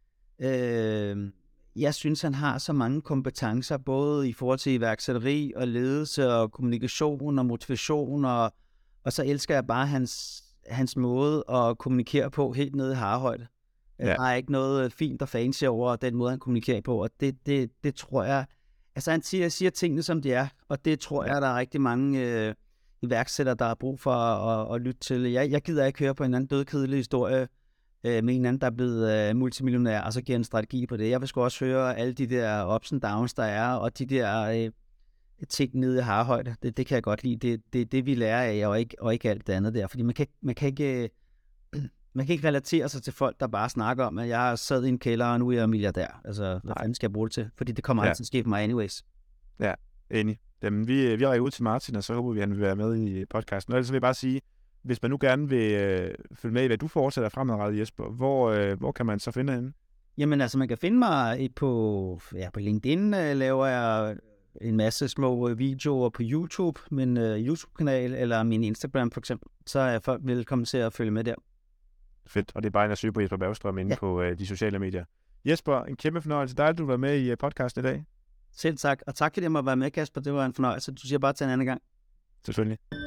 jeg synes, han har så mange kompetencer, både i forhold til iværksætteri og ledelse og kommunikation og motivation, og så elsker jeg bare hans måde at kommunikere på helt nede i harehøjde. Der er ikke noget fint og fancy over den måde, han kommunikerer på, og det tror jeg, altså han siger tingene, som de er, og det tror jeg, der er rigtig mange iværksættere, der har brug for at lytte til. Jeg gider ikke høre på en anden dødkedelig historie med en anden, der er blevet multimillionær, og så giver en strategi på det. Jeg vil sgu også høre alle de der ups and downs, der er, og de der ting nede i harehøjde. Det kan jeg godt lide. Det er det, vi lærer af, og ikke alt det andet der. Fordi man kan ikke relatere sig til folk, der bare snakker om, at jeg sad i en kælder, og nu er jeg milliardær. Altså, hvad fanden skal jeg bruge det til? Fordi det kommer altid til at ske for mig anyways. Ja, enig. Jamen, vi rækker ud til Martin, og så håber vi, at han vil være med i podcasten. Og ellers vil jeg bare sige, hvis man nu gerne vil følge med i, hvad du fortsætter fremadrettet, Jesper, hvor kan man så finde hende? Jamen altså, man kan finde mig på LinkedIn, laver jeg en masse små videoer på YouTube, min YouTube-kanal, eller min Instagram for eksempel. Så er folk velkommen til at følge med der. Fedt, og det er bare at søge på Jesper Bergstrøm inde på de sociale medier. Jesper, en kæmpe fornøjelse. Dejligt, du var med i podcasten i dag. Selv tak, og tak fordi jeg måtte være med, Kasper. Det var en fornøjelse. Du siger bare til en anden gang. Selvfølgelig.